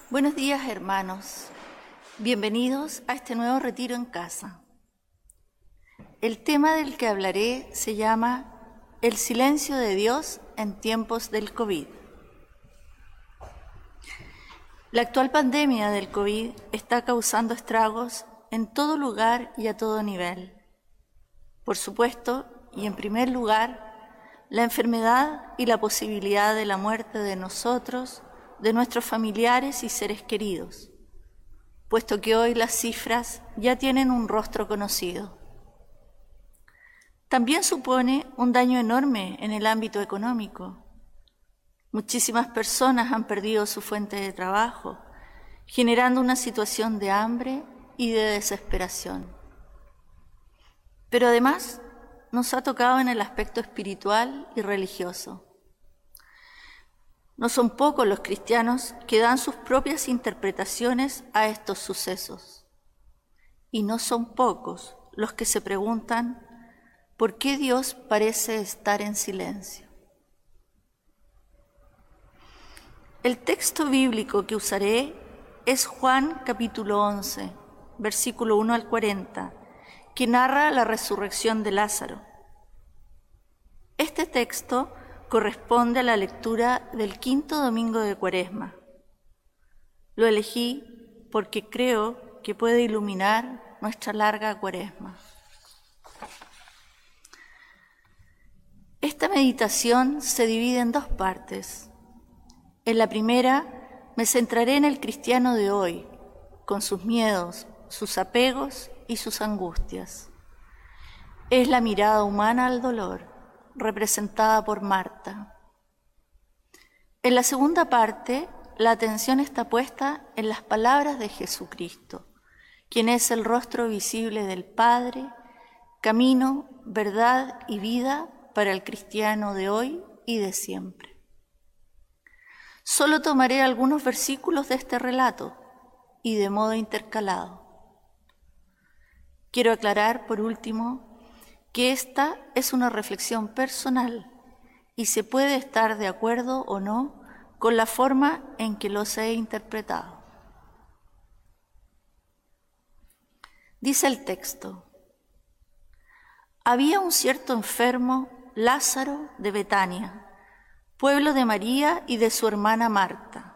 Buenos días, hermanos. Bienvenidos a este nuevo retiro en casa. El tema del que hablaré se llama El silencio de Dios en tiempos del COVID. La actual pandemia del COVID está causando estragos en todo lugar y a todo nivel. Por supuesto, y en primer lugar, la enfermedad y la posibilidad de la muerte de nosotros, de nuestros familiares y seres queridos, puesto que hoy las cifras ya tienen un rostro conocido. También supone un daño enorme en el ámbito económico. Muchísimas personas han perdido su fuente de trabajo, generando una situación de hambre y de desesperación. Pero además nos ha tocado en el aspecto espiritual y religioso. No son pocos los cristianos que dan sus propias interpretaciones a estos sucesos. Y no son pocos los que se preguntan ¿por qué Dios parece estar en silencio? El texto bíblico que usaré es Juan capítulo 11, versículo 1 al 40, que narra la resurrección de Lázaro. Este texto corresponde a la lectura del quinto domingo de Cuaresma. Lo elegí porque creo que puede iluminar nuestra larga Cuaresma. Esta meditación se divide en dos partes. En la primera me centraré en el cristiano de hoy, con sus miedos, sus apegos y sus angustias. Es la mirada humana al dolor, representada por Marta. En la segunda parte, la atención está puesta en las palabras de Jesucristo, quien es el rostro visible del Padre, camino, verdad y vida para el cristiano de hoy y de siempre. Solo tomaré algunos versículos de este relato y de modo intercalado. Quiero aclarar, por último, que esta es una reflexión personal y se puede estar de acuerdo o no con la forma en que los he interpretado. Dice el texto: había un cierto enfermo, Lázaro de Betania, pueblo de María y de su hermana Marta.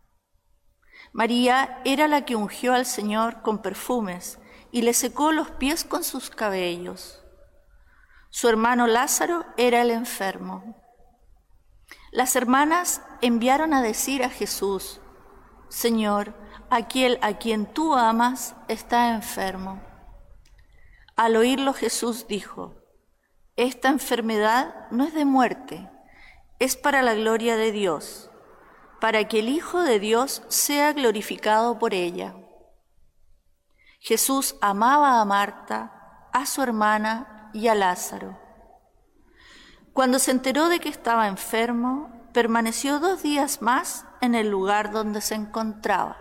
María era la que ungió al Señor con perfumes y le secó los pies con sus cabellos. Su hermano Lázaro era el enfermo. Las hermanas enviaron a decir a Jesús: Señor, aquel a quien tú amas está enfermo. Al oírlo Jesús dijo: esta enfermedad no es de muerte, es para la gloria de Dios, para que el Hijo de Dios sea glorificado por ella. Jesús amaba a Marta, a su hermana y a Lázaro. Cuando se enteró de que estaba enfermo, permaneció 2 días más en el lugar donde se encontraba.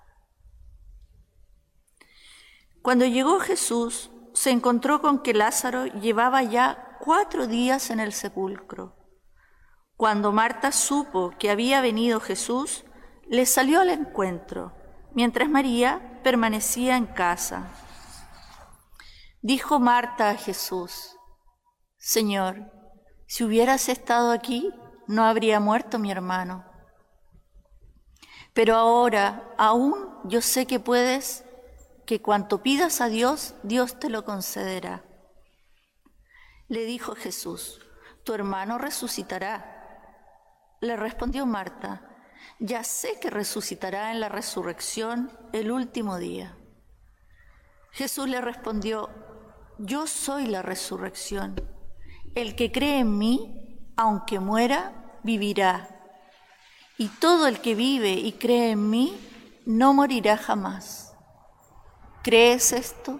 Cuando llegó Jesús, se encontró con que Lázaro llevaba ya 4 días en el sepulcro. Cuando Marta supo que había venido Jesús, le salió al encuentro, mientras María permanecía en casa. Dijo Marta a Jesús: Señor, si hubieras estado aquí, no habría muerto mi hermano. Pero ahora aún yo sé que puedes, que cuanto pidas a Dios, Dios te lo concederá. Le dijo Jesús: tu hermano resucitará. Le respondió Marta: ya sé que resucitará en la resurrección el último día. Jesús le respondió: yo soy la resurrección. El que cree en mí, aunque muera, vivirá. Y todo el que vive y cree en mí, no morirá jamás. ¿Crees esto?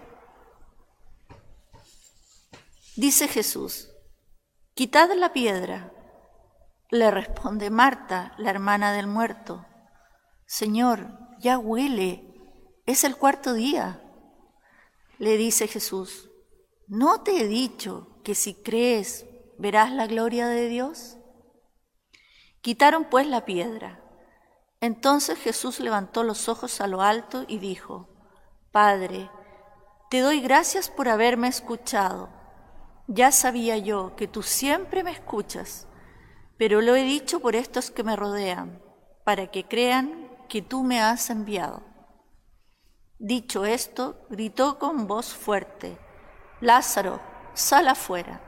Dice Jesús: quitad la piedra. Le responde Marta, la hermana del muerto: Señor, ya huele, es el 4º día. Le dice Jesús: ¿no te he dicho que si crees verás la gloria de Dios? Quitaron pues la piedra. Entonces Jesús levantó los ojos a lo alto y dijo: Padre, te doy gracias por haberme escuchado. Ya sabía yo que tú siempre me escuchas, pero lo he dicho por estos que me rodean, para que crean que tú me has enviado. Dicho esto, gritó con voz fuerte: Lázaro, sal afuera.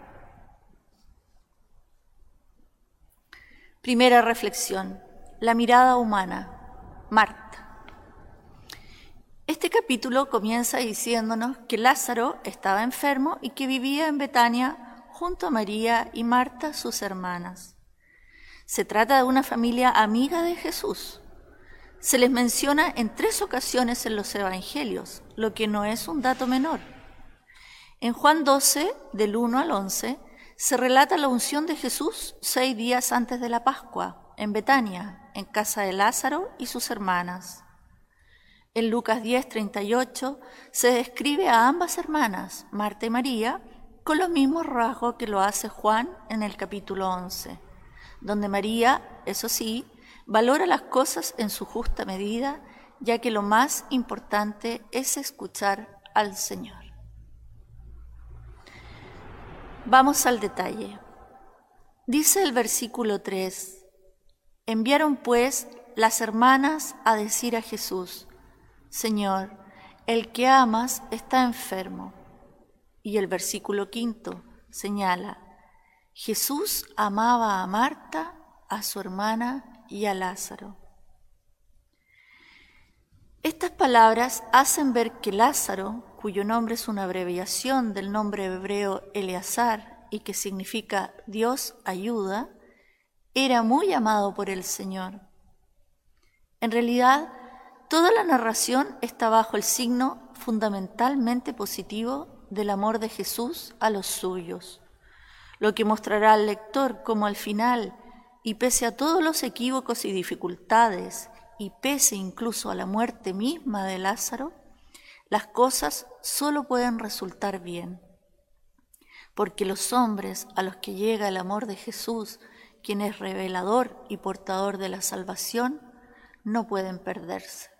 Primera reflexión: la mirada humana. Marta. Este capítulo comienza diciéndonos que Lázaro estaba enfermo y que vivía en Betania junto a María y Marta, sus hermanas. Se trata de una familia amiga de Jesús. Se les menciona en 3 ocasiones en los evangelios, lo que no es un dato menor. En Juan 12, del 1 al 11, se relata la unción de Jesús 6 días antes de la Pascua, en Betania, en casa de Lázaro y sus hermanas. En Lucas 10, 38, se describe a ambas hermanas, Marta y María, con los mismos rasgos que lo hace Juan en el capítulo 11, donde María, eso sí, valora las cosas en su justa medida, ya que lo más importante es escuchar al Señor. Vamos al detalle. Dice el versículo 3: Enviaron pues las hermanas a decir a Jesús: Señor, el que amas está enfermo. Y el versículo 5 señala: Jesús amaba a Marta, a su hermana y a Lázaro. Estas palabras hacen ver que Lázaro, cuyo nombre es una abreviación del nombre hebreo Eleazar y que significa Dios ayuda, era muy amado por el Señor. En realidad, toda la narración está bajo el signo fundamentalmente positivo del amor de Jesús a los suyos, lo que mostrará al lector cómo al final, y pese a todos los equívocos y dificultades, y pese incluso a la muerte misma de Lázaro, las cosas solo pueden resultar bien. Porque los hombres a los que llega el amor de Jesús, quien es revelador y portador de la salvación, no pueden perderse.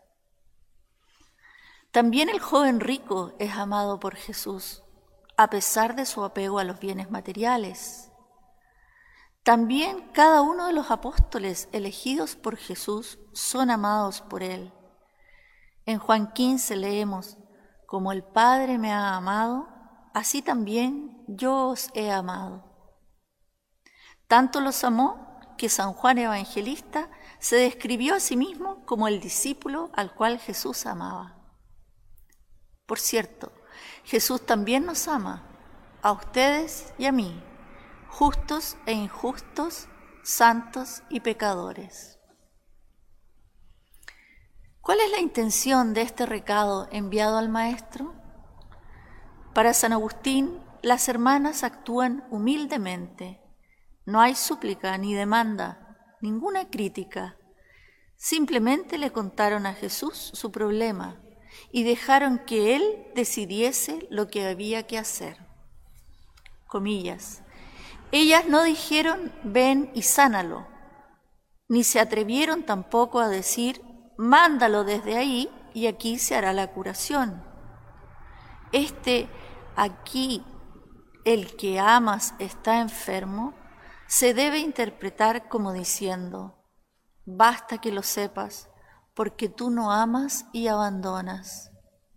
También el joven rico es amado por Jesús, a pesar de su apego a los bienes materiales. También cada uno de los apóstoles elegidos por Jesús son amados por Él. En Juan 15 leemos: Como el Padre me ha amado, así también yo os he amado. Tanto los amó que San Juan Evangelista se describió a sí mismo como el discípulo al cual Jesús amaba. Por cierto, Jesús también nos ama, a ustedes y a mí, justos e injustos, santos y pecadores. ¿Cuál es la intención de este recado enviado al Maestro? Para San Agustín, las hermanas actúan humildemente. No hay súplica ni demanda, ninguna crítica. Simplemente le contaron a Jesús su problema y dejaron que Él decidiese lo que había que hacer. Comillas. Ellas no dijeron: ven y sánalo, ni se atrevieron tampoco a decir: mándalo desde ahí y aquí se hará la curación. Aquí, el que amas está enfermo, se debe interpretar como diciendo: basta que lo sepas, porque tú no amas y abandonas.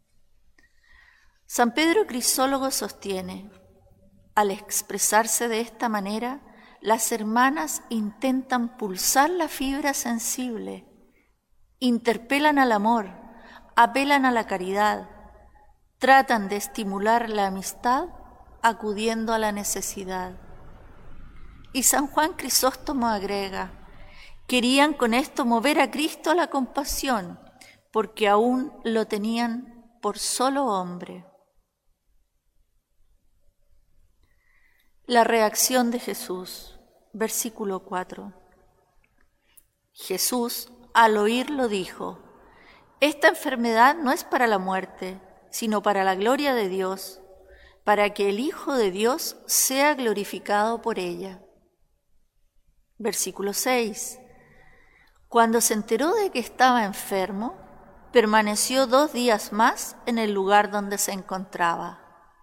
San Pedro Crisólogo sostiene: al expresarse de esta manera, las hermanas intentan pulsar la fibra sensible, interpelan al amor, apelan a la caridad, tratan de estimular la amistad acudiendo a la necesidad. Y San Juan Crisóstomo agrega: querían con esto mover a Cristo a la compasión, porque aún lo tenían por solo hombre. La reacción de Jesús, versículo 4. Jesús, al oírlo, dijo: esta enfermedad no es para la muerte, sino para la gloria de Dios, para que el Hijo de Dios sea glorificado por ella. Versículo 6. Cuando se enteró de que estaba enfermo, permaneció 2 días más en el lugar donde se encontraba.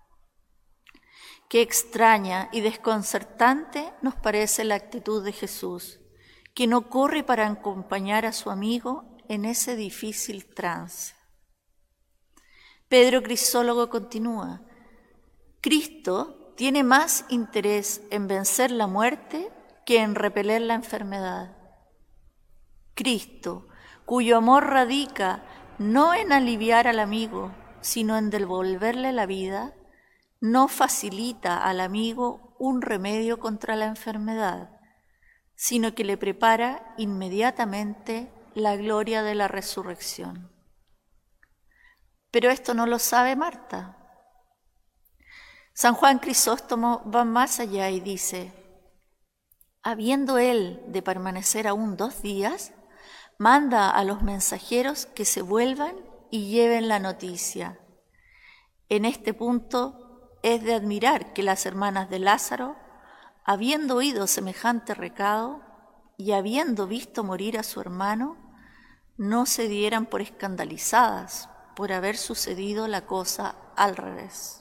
Qué extraña y desconcertante nos parece la actitud de Jesús, que no corre para acompañar a su amigo en ese difícil trance. Pedro Crisólogo continúa: Cristo tiene más interés en vencer la muerte que en repeler la enfermedad. Cristo, cuyo amor radica no en aliviar al amigo, sino en devolverle la vida, no facilita al amigo un remedio contra la enfermedad, sino que le prepara inmediatamente la gloria de la resurrección. Pero esto no lo sabe Marta. San Juan Crisóstomo va más allá y dice: habiendo él de permanecer aún 2 días, manda a los mensajeros que se vuelvan y lleven la noticia. En este punto es de admirar que las hermanas de Lázaro, habiendo oído semejante recado y habiendo visto morir a su hermano, no se dieran por escandalizadas por haber sucedido la cosa al revés.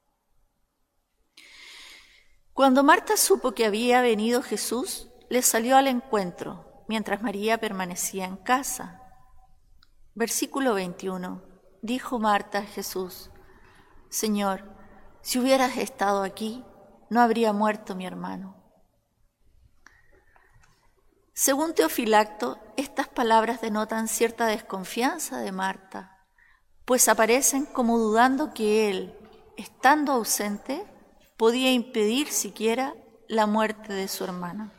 Cuando Marta supo que había venido Jesús, le salió al encuentro, mientras María permanecía en casa. Versículo 21. Dijo Marta a Jesús: Señor, si hubieras estado aquí, no habría muerto mi hermano. Según Teofilacto, estas palabras denotan cierta desconfianza de Marta, pues aparecen como dudando que él, estando ausente, podía impedir siquiera la muerte de su hermano.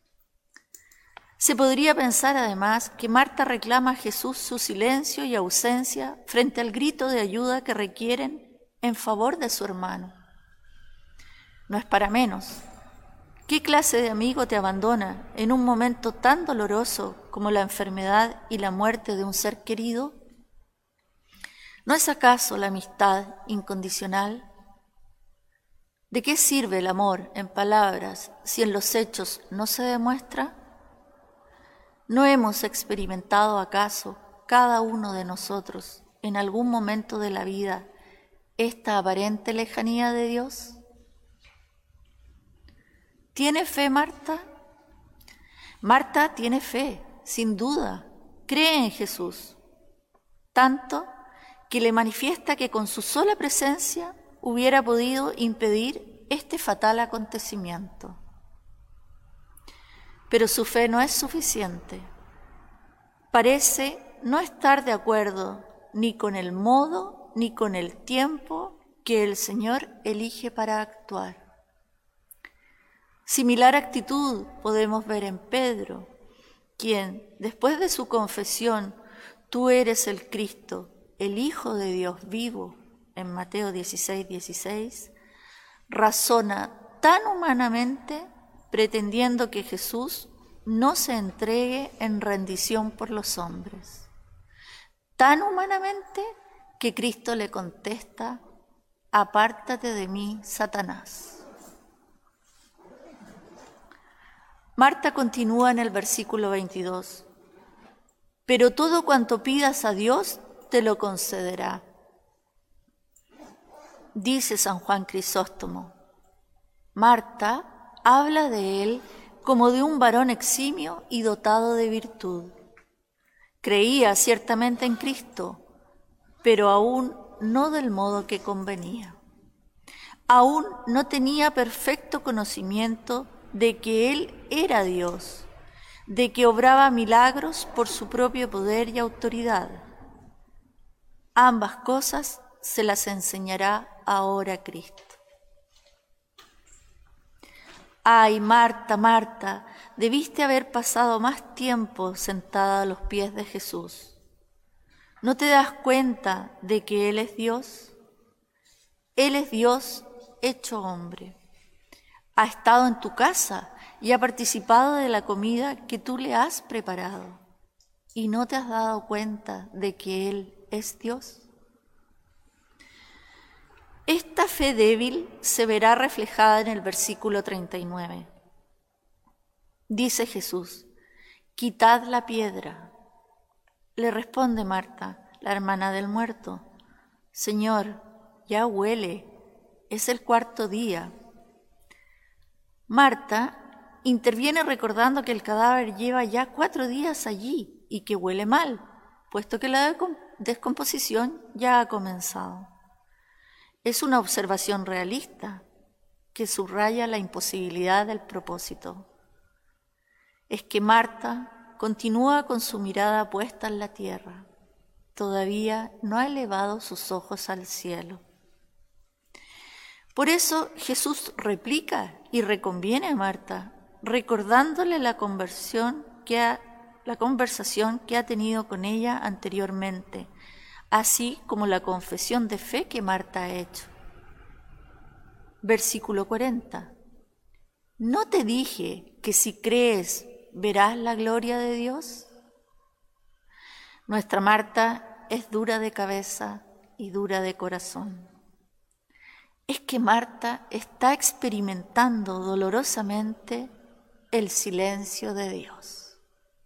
Se podría pensar además que Marta reclama a Jesús su silencio y ausencia frente al grito de ayuda que requieren en favor de su hermano. No es para menos. ¿Qué clase de amigo te abandona en un momento tan doloroso como la enfermedad y la muerte de un ser querido? ¿No es acaso la amistad incondicional? ¿De qué sirve el amor en palabras si en los hechos no se demuestra? ¿No hemos experimentado acaso cada uno de nosotros en algún momento de la vida esta aparente lejanía de Dios? ¿Tiene fe Marta? Marta tiene fe, sin duda, cree en Jesús, tanto que le manifiesta que con su sola presencia hubiera podido impedir este fatal acontecimiento. Pero su fe no es suficiente. Parece no estar de acuerdo ni con el modo ni con el tiempo que el Señor elige para actuar. Similar actitud podemos ver en Pedro, quien, después de su confesión, tú eres el Cristo, el Hijo de Dios vivo, en Mateo 16:16, razona tan humanamente pretendiendo que Jesús no se entregue en rendición por los hombres. Tan humanamente que Cristo le contesta: apártate de mí, Satanás. Marta continúa en el versículo 22. Pero todo cuanto pidas a Dios te lo concederá. Dice San Juan Crisóstomo: Marta habla de él como de un varón eximio y dotado de virtud. Creía ciertamente en Cristo, pero aún no del modo que convenía. Aún no tenía perfecto conocimiento de que Él era Dios, de que obraba milagros por su propio poder y autoridad. Ambas cosas se las enseñará ahora Cristo. Ay, Marta, Marta, debiste haber pasado más tiempo sentada a los pies de Jesús. ¿No te das cuenta de que Él es Dios? Él es Dios hecho hombre. Ha estado en tu casa y ha participado de la comida que tú le has preparado. ¿Y no te has dado cuenta de que Él es Dios? Esta fe débil se verá reflejada en el versículo 39. Dice Jesús: «Quitad la piedra». Le responde Marta, la hermana del muerto: «Señor, ya huele, es el 4º día». Marta interviene recordando que el cadáver lleva ya 4 días allí y que huele mal, puesto que la descomposición ya ha comenzado. Es una observación realista que subraya la imposibilidad del propósito. Es que Marta continúa con su mirada puesta en la tierra. Todavía no ha elevado sus ojos al cielo. Por eso Jesús replica y reconviene a Marta, recordándole la conversación que ha tenido con ella anteriormente, así como la confesión de fe que Marta ha hecho. Versículo 40. ¿No te dije que si crees verás la gloria de Dios? Nuestra Marta es dura de cabeza y dura de corazón. Es que Marta está experimentando dolorosamente el silencio de Dios.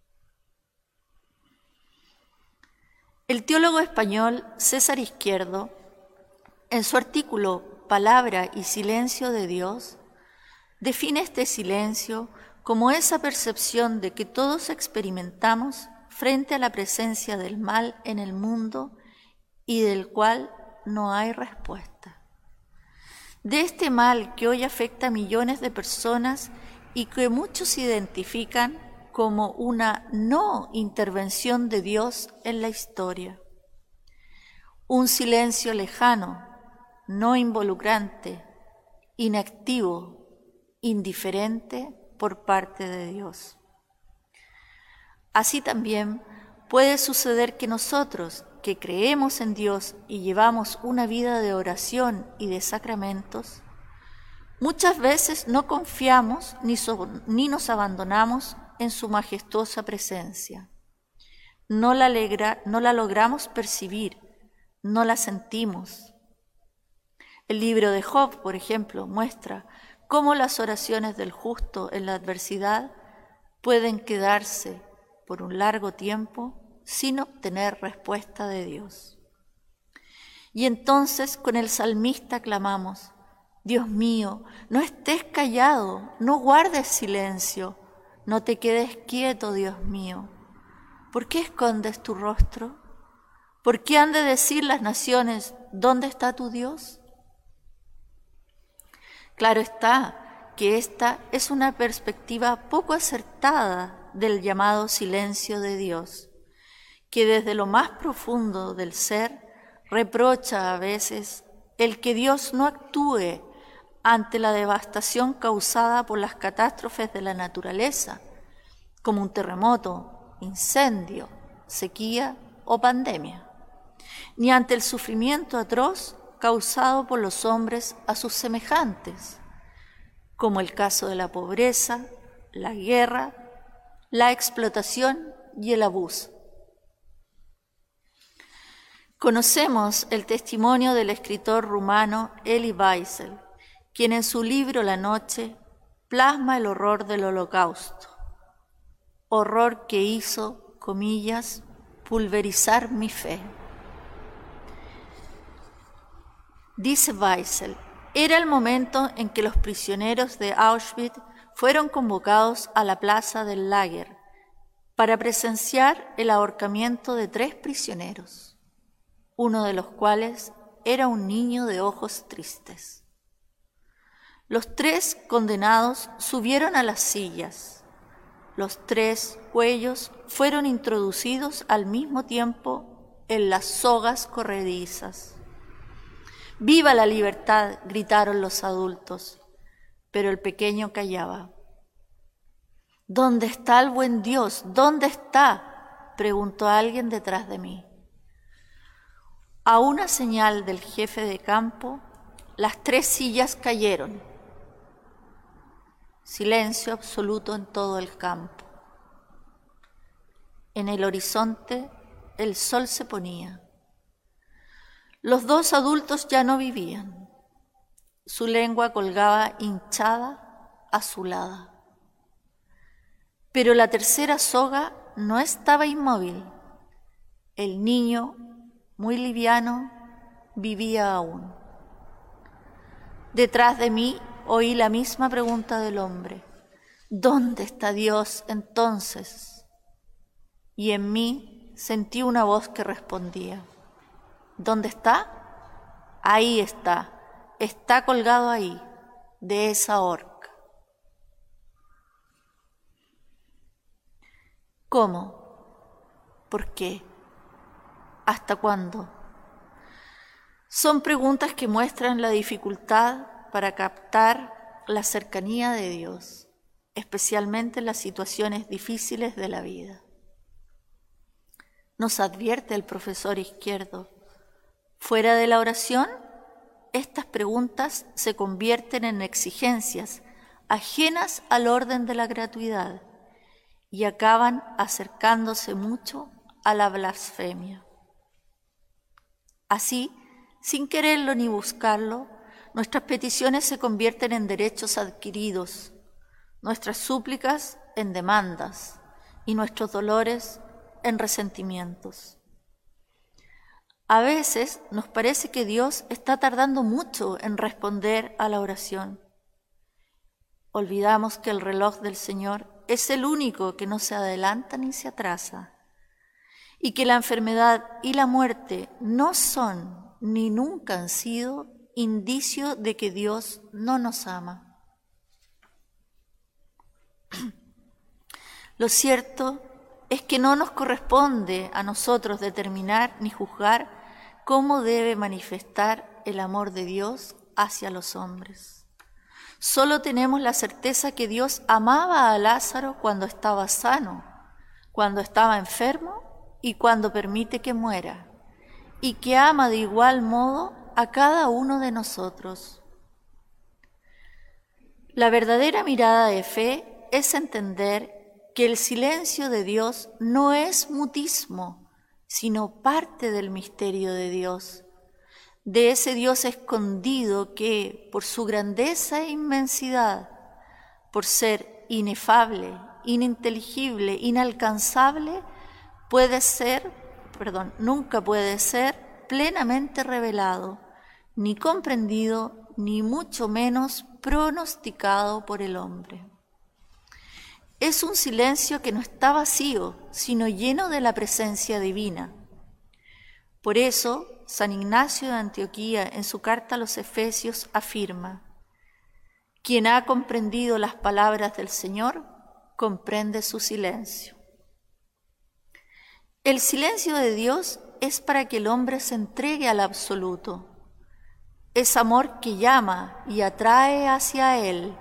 El teólogo español César Izquierdo, en su artículo Palabra y silencio de Dios, define este silencio como esa percepción de que todos experimentamos frente a la presencia del mal en el mundo y del cual no hay respuesta. De este mal que hoy afecta a millones de personas y que muchos identifican como una no intervención de Dios en la historia. Un silencio lejano, no involucrante, inactivo, indiferente por parte de Dios. Así también puede suceder que nosotros, que creemos en Dios y llevamos una vida de oración y de sacramentos, muchas veces no confiamos ni nos abandonamos en su majestuosa presencia. No la logramos percibir, no la sentimos. El libro de Job, por ejemplo, muestra cómo las oraciones del justo en la adversidad pueden quedarse por un largo tiempo sin obtener respuesta de Dios. Y entonces con el salmista clamamos: Dios mío, no estés callado, no guardes silencio, no te quedes quieto, Dios mío. ¿Por qué escondes tu rostro? ¿Por qué han de decir las naciones, ¿dónde está tu Dios? Claro está que esta es una perspectiva poco acertada del llamado silencio de Dios, que desde lo más profundo del ser reprocha a veces el que Dios no actúe ante la devastación causada por las catástrofes de la naturaleza, como un terremoto, incendio, sequía o pandemia, ni ante el sufrimiento atroz causado por los hombres a sus semejantes, como el caso de la pobreza, la guerra, la explotación y el abuso. Conocemos el testimonio del escritor rumano Elie Wiesel, quien en su libro La noche plasma el horror del Holocausto, horror que hizo, comillas, pulverizar mi fe. Dice Wiesel, era el momento en que los prisioneros de Auschwitz fueron convocados a la plaza del Lager para presenciar el ahorcamiento de 3 prisioneros, uno de los cuales era un niño de ojos tristes. Los 3 condenados subieron a las sillas. Los 3 cuellos fueron introducidos al mismo tiempo en las sogas corredizas. ¡Viva la libertad!, gritaron los adultos, pero el pequeño callaba. ¿Dónde está el buen Dios? ¿Dónde está?, preguntó alguien detrás de mí. A una señal del jefe de campo, las 3 sillas cayeron. Silencio absoluto en todo el campo. En el horizonte el sol se ponía. Los 2 adultos ya no vivían. Su lengua colgaba hinchada, azulada. Pero la tercera soga no estaba inmóvil. El niño, muy liviano, vivía aún. Detrás de mí oí la misma pregunta del hombre: ¿dónde está Dios entonces? Y en mí sentí una voz que respondía: ¿dónde está? Ahí está colgado ahí, de esa horca. ¿Cómo? ¿Por qué? ¿Hasta cuándo? Son preguntas que muestran la dificultad para captar la cercanía de Dios, especialmente en las situaciones difíciles de la vida. Nos advierte el profesor Izquierdo: fuera de la oración, estas preguntas se convierten en exigencias ajenas al orden de la gratuidad y acaban acercándose mucho a la blasfemia. Así, sin quererlo ni buscarlo, nuestras peticiones se convierten en derechos adquiridos, nuestras súplicas en demandas y nuestros dolores en resentimientos. A veces nos parece que Dios está tardando mucho en responder a la oración. Olvidamos que el reloj del Señor es el único que no se adelanta ni se atrasa, y que la enfermedad y la muerte no son ni nunca han sido indicio de que Dios no nos ama. Lo cierto es que no nos corresponde a nosotros determinar ni juzgar cómo debe manifestar el amor de Dios hacia los hombres. Solo tenemos la certeza que Dios amaba a Lázaro cuando estaba sano, cuando estaba enfermo y cuando permite que muera, y que ama de igual modo a cada uno de nosotros. La verdadera mirada de fe es entender que el silencio de Dios no es mutismo, sino parte del misterio de Dios, de ese Dios escondido que, por su grandeza e inmensidad, por ser inefable, ininteligible, inalcanzable, nunca puede ser plenamente revelado, ni comprendido, ni mucho menos pronosticado por el hombre. Es un silencio que no está vacío, sino lleno de la presencia divina. Por eso, San Ignacio de Antioquía, en su carta a los Efesios, afirma: quien ha comprendido las palabras del Señor, comprende su silencio. El silencio de Dios es para que el hombre se entregue al absoluto. Es amor que llama y atrae hacia Él.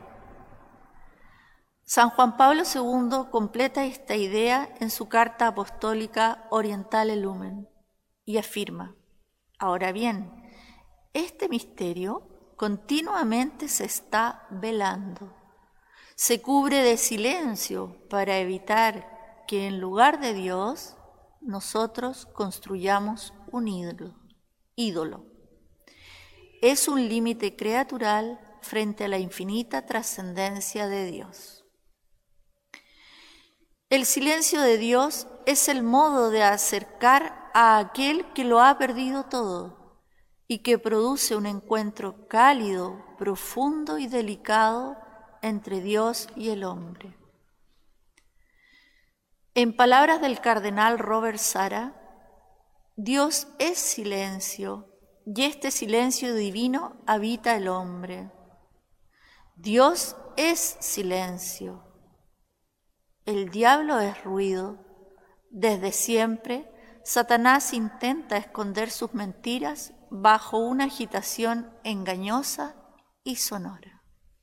San Juan Pablo II completa esta idea en su carta apostólica Orientale Lumen y afirma: ahora bien, este misterio continuamente se está velando. Se cubre de silencio para evitar que en lugar de Dios nosotros construyamos un ídolo. Es un límite creatural frente a la infinita trascendencia de Dios. El silencio de Dios es el modo de acercar a aquel que lo ha perdido todo y que produce un encuentro cálido, profundo y delicado entre Dios y el hombre. En palabras del cardenal Robert Sara, Dios es silencio y este silencio divino habita el hombre. Dios es silencio. El diablo es ruido. Desde siempre, Satanás intenta esconder sus mentiras bajo una agitación engañosa y sonora.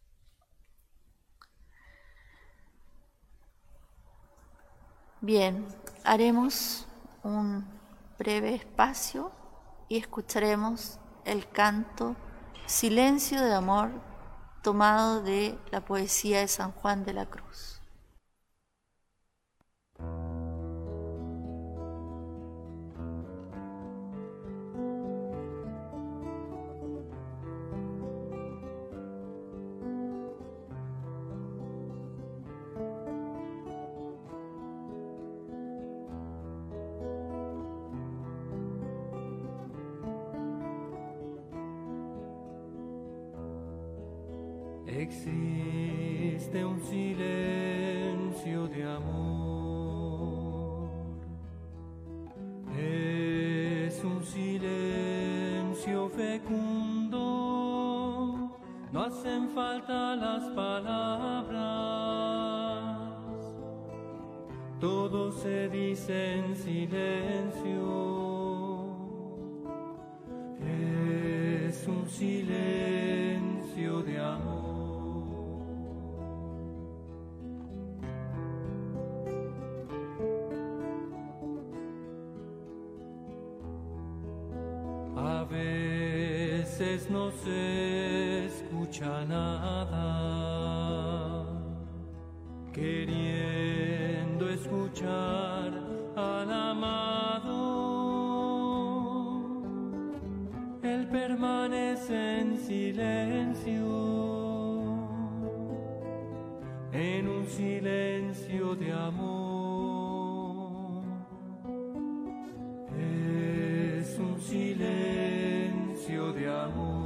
Bien, haremos un breve espacio y escucharemos el canto Silencio de Amor, tomado de la poesía de San Juan de la Cruz. Existe un silencio de amor, es un silencio fecundo, no hacen falta las palabras, todo se dice en silencio. Es un silencio de amor. A veces no se escucha nada, queriendo escuchar al amado. Él permanece en silencio, en un silencio de amor. Es un silencio de amor.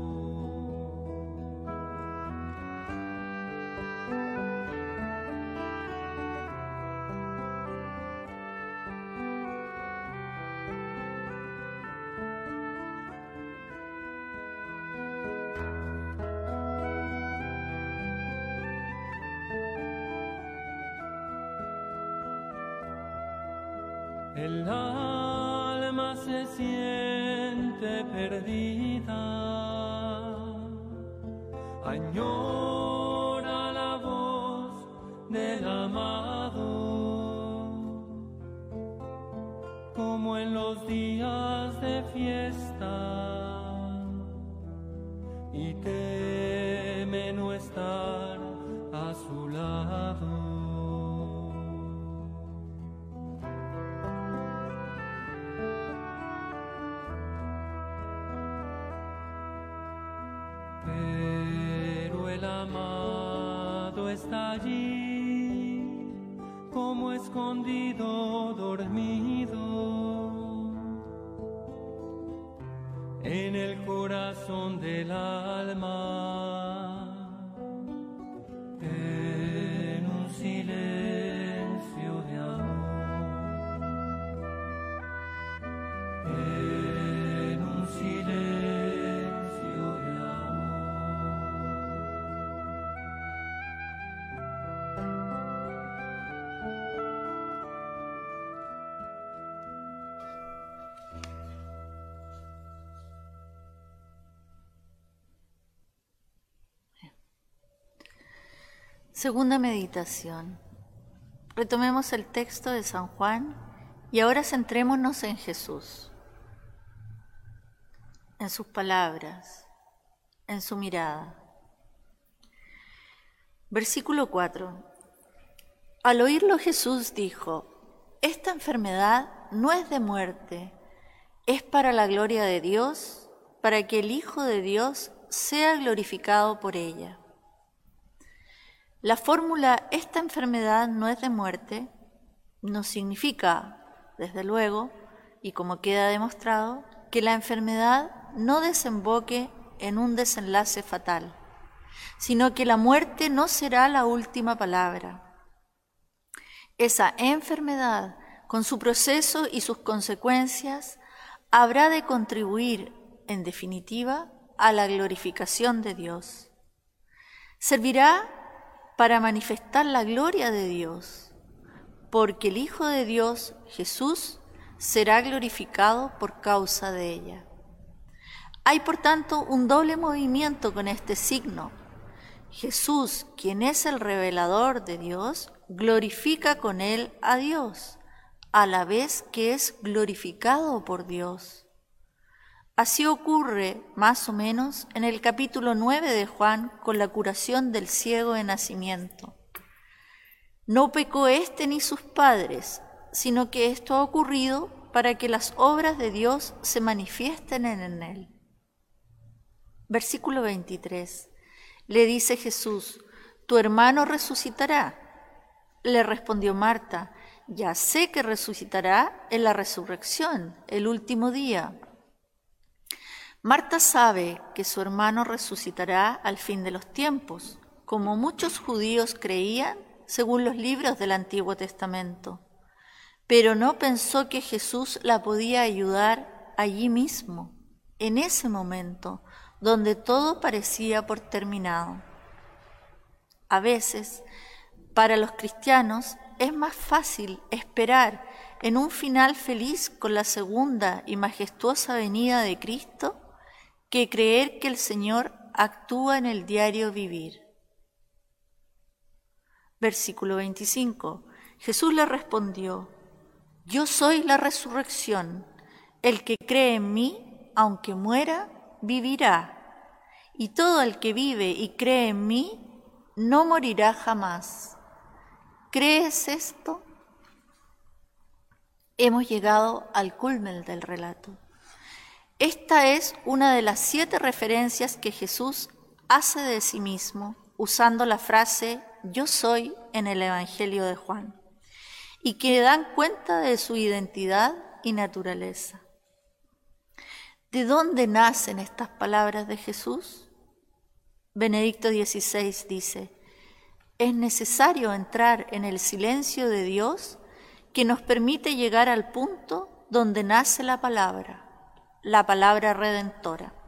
El alma se siente perdida, añora la voz del amado, como en los días de fiesta, y teme no estar a su lado. Pero el amado está allí, como escondido, dormido, en el corazón del alma, en un silencio de amor, en un silencio de amor. Segunda meditación. Retomemos el texto de San Juan y ahora centrémonos en Jesús, en sus palabras, en su mirada. Versículo 4. Al oírlo Jesús dijo: esta enfermedad no es de muerte, es para la gloria de Dios, para que el Hijo de Dios sea glorificado por ella. La fórmula "esta enfermedad no es de muerte" no significa, desde luego, y como queda demostrado, que la enfermedad no desemboque en un desenlace fatal, sino que la muerte no será la última palabra. Esa enfermedad, con su proceso y sus consecuencias, habrá de contribuir, en definitiva, a la glorificación de Dios. Servirá para manifestar la gloria de Dios, porque el Hijo de Dios, Jesús, será glorificado por causa de ella. Hay, por tanto, un doble movimiento con este signo. Jesús, quien es el revelador de Dios, glorifica con él a Dios, a la vez que es glorificado por Dios. Así ocurre, más o menos, en el capítulo 9 de Juan con la curación del ciego de nacimiento. No pecó éste ni sus padres, sino que esto ha ocurrido para que las obras de Dios se manifiesten en él. Versículo 23. Le dice Jesús: tu hermano resucitará. Le respondió Marta: ya sé que resucitará en la resurrección, el último día. Marta sabe que su hermano resucitará al fin de los tiempos, como muchos judíos creían según los libros del Antiguo Testamento, pero no pensó que Jesús la podía ayudar allí mismo, en ese momento, donde todo parecía por terminado. A veces, para los cristianos, es más fácil esperar en un final feliz con la segunda y majestuosa venida de Cristo que creer que el Señor actúa en el diario vivir. Versículo 25. Jesús le respondió: Yo soy la resurrección. El que cree en mí, aunque muera, vivirá. Y todo el que vive y cree en mí, no morirá jamás. ¿Crees esto? Hemos llegado al culmen del relato. Esta es una de las 7 referencias que Jesús hace de sí mismo usando la frase «Yo soy» en el Evangelio de Juan, y que dan cuenta de su identidad y naturaleza. ¿De dónde nacen estas palabras de Jesús? Benedicto XVI dice: es necesario entrar en el silencio de Dios que nos permite llegar al punto donde nace la palabra redentora.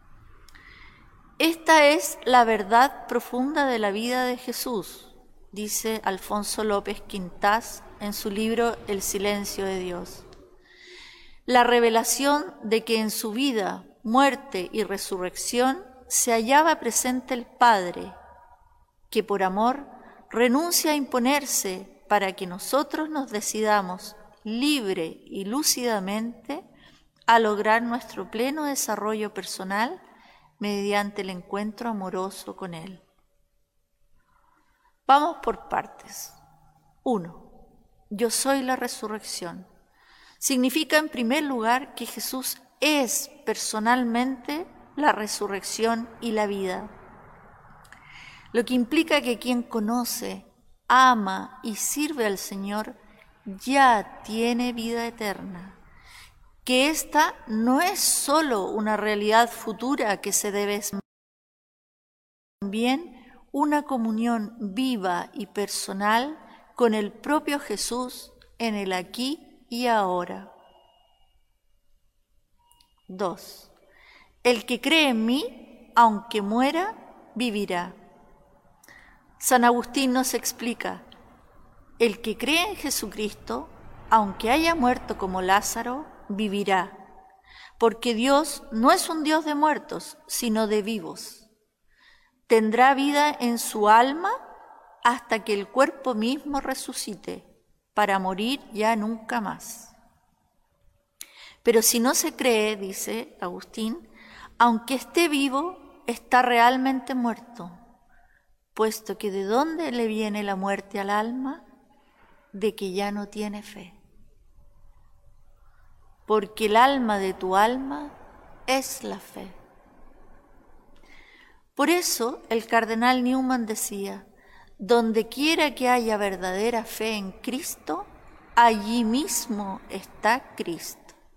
Esta es la verdad profunda de la vida de Jesús, dice Alfonso López Quintás en su libro El silencio de Dios. La revelación de que en su vida, muerte y resurrección se hallaba presente el Padre, que por amor renuncia a imponerse para que nosotros nos decidamos libre y lúcidamente a lograr nuestro pleno desarrollo personal mediante el encuentro amoroso con Él. Vamos por partes. 1. Yo soy la resurrección. Significa en primer lugar que Jesús es personalmente la resurrección y la vida, lo que implica que quien conoce, ama y sirve al Señor ya tiene vida eterna, que esta no es solo una realidad futura que se debe establecer, también una comunión viva y personal con el propio Jesús en el aquí y ahora. 2. El que cree en mí, aunque muera, vivirá. San Agustín nos explica: el que cree en Jesucristo, aunque haya muerto como Lázaro, vivirá, porque Dios no es un Dios de muertos, sino de vivos. Tendrá vida en su alma hasta que el cuerpo mismo resucite, para morir ya nunca más. Pero si no se cree, dice Agustín, aunque esté vivo, está realmente muerto, puesto que ¿de dónde le viene la muerte al alma? De que ya no tiene fe. Porque el alma de tu alma es la fe. Por eso el cardenal Newman decía: donde quiera que haya verdadera fe en Cristo, allí mismo está Cristo.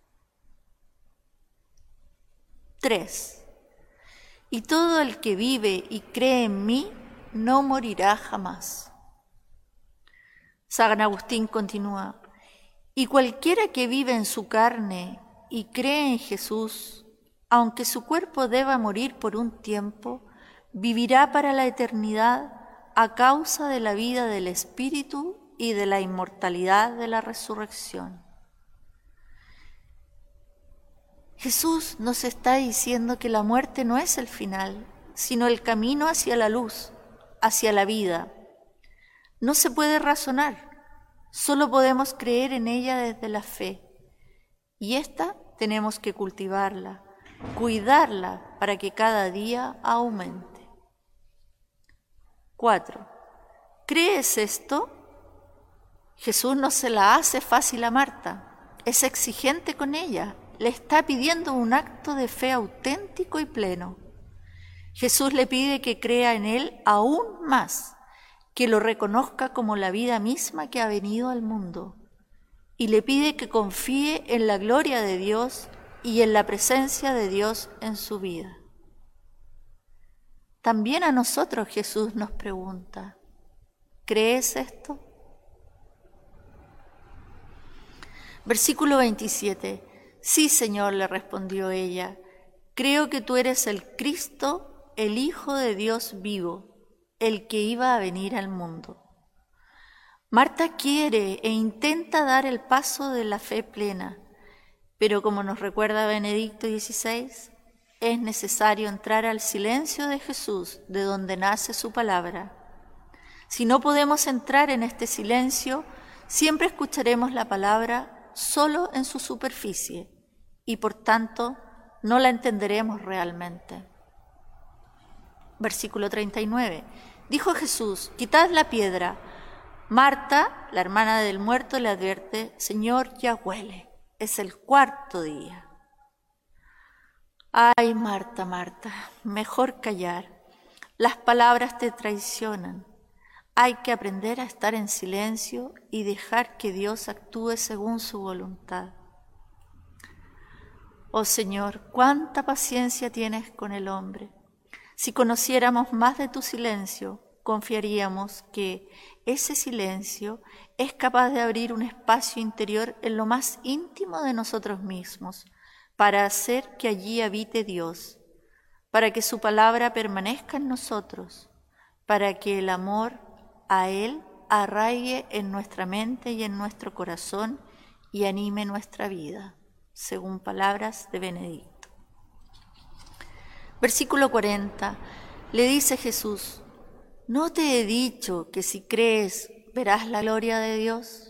3. Y todo el que vive y cree en mí no morirá jamás. San Agustín continúa: y cualquiera que vive en su carne y cree en Jesús, aunque su cuerpo deba morir por un tiempo, vivirá para la eternidad a causa de la vida del Espíritu y de la inmortalidad de la resurrección. Jesús nos está diciendo que la muerte no es el final, sino el camino hacia la luz, hacia la vida. No se puede razonar, solo podemos creer en ella desde la fe. Y esta tenemos que cultivarla, cuidarla para que cada día aumente. 4. ¿Crees esto? Jesús no se la hace fácil a Marta, es exigente con ella, le está pidiendo un acto de fe auténtico y pleno. Jesús le pide que crea en Él aún más, que lo reconozca como la vida misma que ha venido al mundo, y le pide que confíe en la gloria de Dios y en la presencia de Dios en su vida. También a nosotros Jesús nos pregunta, ¿crees esto? Versículo 27. Sí, Señor, le respondió ella, creo que tú eres el Cristo, el Hijo de Dios vivo, el que iba a venir al mundo. Marta quiere e intenta dar el paso de la fe plena, pero como nos recuerda Benedicto XVI, es necesario entrar al silencio de Jesús, de donde nace su palabra. Si no podemos entrar en este silencio, siempre escucharemos la palabra solo en su superficie y por tanto no la entenderemos realmente. Versículo 39. Dijo Jesús, quitad la piedra. Marta, la hermana del muerto, le advierte, Señor, ya huele, es el cuarto día. Ay, Marta, Marta, mejor callar. Las palabras te traicionan. Hay que aprender a estar en silencio y dejar que Dios actúe según su voluntad. Oh Señor, cuánta paciencia tienes con el hombre. Si conociéramos más de tu silencio, confiaríamos que ese silencio es capaz de abrir un espacio interior en lo más íntimo de nosotros mismos, para hacer que allí habite Dios, para que su palabra permanezca en nosotros, para que el amor a Él arraigue en nuestra mente y en nuestro corazón y anime nuestra vida, según palabras de Benedicto. Versículo 40, le dice Jesús, ¿no te he dicho que si crees verás la gloria de Dios?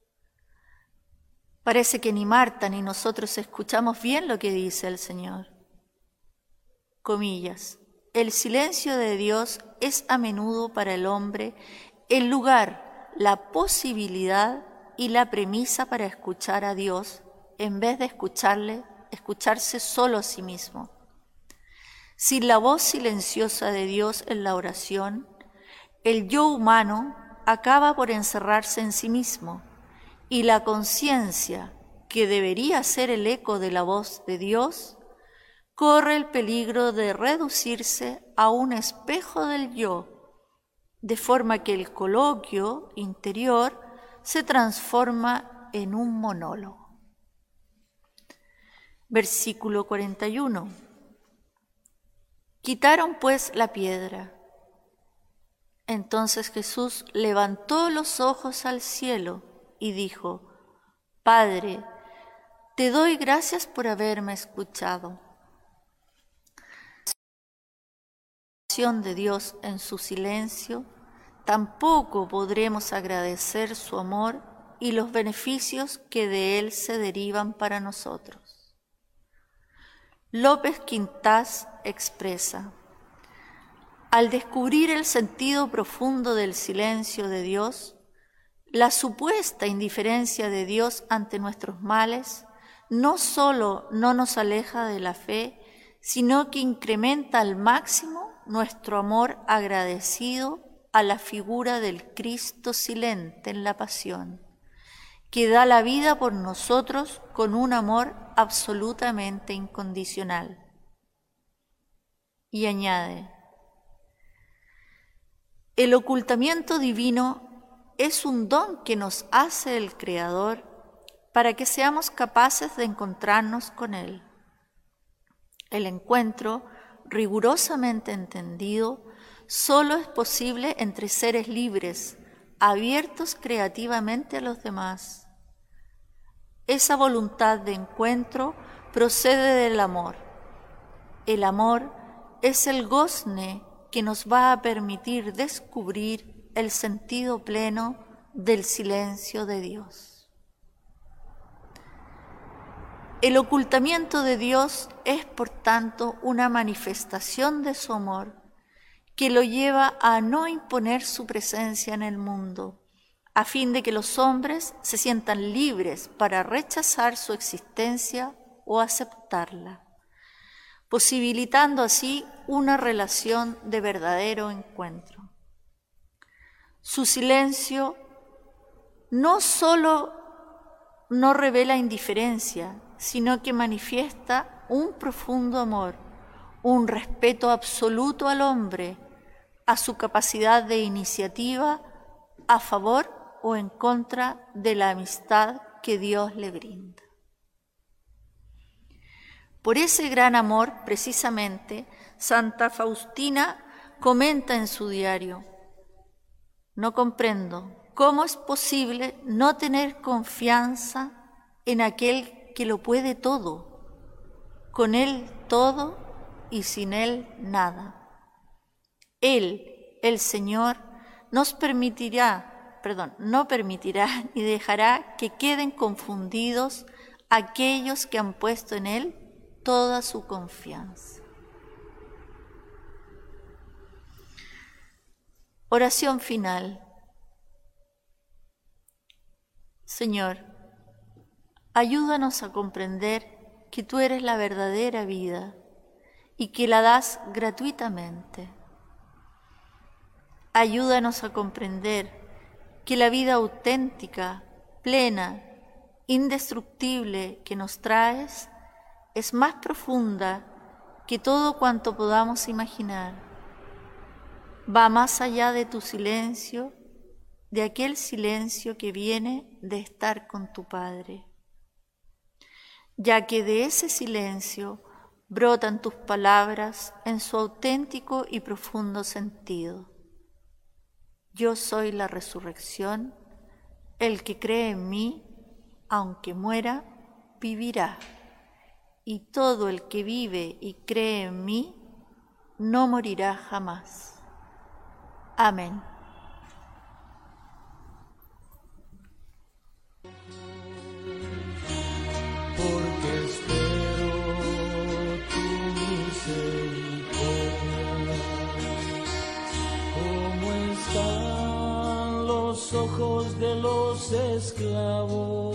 Parece que ni Marta ni nosotros escuchamos bien lo que dice el Señor. Comillas, el silencio de Dios es a menudo para el hombre el lugar, la posibilidad y la premisa para escuchar a Dios en vez de escucharse solo a sí mismo. Sin la voz silenciosa de Dios en la oración, el yo humano acaba por encerrarse en sí mismo y la conciencia, que debería ser el eco de la voz de Dios, corre el peligro de reducirse a un espejo del yo, de forma que el coloquio interior se transforma en un monólogo. Versículo 41. Quitaron pues la piedra. Entonces Jesús levantó los ojos al cielo y dijo, Padre, te doy gracias por haberme escuchado. La de Dios en su silencio, tampoco podremos agradecer su amor y los beneficios que de él se derivan para nosotros. López Quintás expresa, al descubrir el sentido profundo del silencio de Dios, la supuesta indiferencia de Dios ante nuestros males no solo no nos aleja de la fe, sino que incrementa al máximo nuestro amor agradecido a la figura del Cristo silente en la pasión, que da la vida por nosotros con un amor absolutamente incondicional. Y añade, el ocultamiento divino es un don que nos hace el Creador para que seamos capaces de encontrarnos con Él. El encuentro, rigurosamente entendido, solo es posible entre seres libres, abiertos creativamente a los demás. Esa voluntad de encuentro procede del amor. El amor es el gozne que nos va a permitir descubrir el sentido pleno del silencio de Dios. El ocultamiento de Dios es, por tanto, una manifestación de su amor que lo lleva a no imponer su presencia en el mundo, a fin de que los hombres se sientan libres para rechazar su existencia o aceptarla, posibilitando así una relación de verdadero encuentro. Su silencio no solo no revela indiferencia, sino que manifiesta un profundo amor, un respeto absoluto al hombre, a su capacidad de iniciativa a favor o en contra de la amistad que Dios le brinda. Por ese gran amor, precisamente, Santa Faustina comenta en su diario: no comprendo cómo es posible no tener confianza en aquel que lo puede todo, con Él todo y sin Él nada. Él, el Señor, no permitirá ni dejará que queden confundidos aquellos que han puesto en Él toda su confianza. Oración final. Señor, ayúdanos a comprender que tú eres la verdadera vida y que la das gratuitamente. Ayúdanos a comprender que la vida auténtica, plena, indestructible que nos traes es más profunda que todo cuanto podamos imaginar. Va más allá de tu silencio, de aquel silencio que viene de estar con tu Padre, ya que de ese silencio brotan tus palabras en su auténtico y profundo sentido. Yo soy la resurrección, el que cree en mí, aunque muera, vivirá, y todo el que vive y cree en mí, no morirá jamás. Amén. Porque espero tu misericordia. Como están los ojos de los esclavos,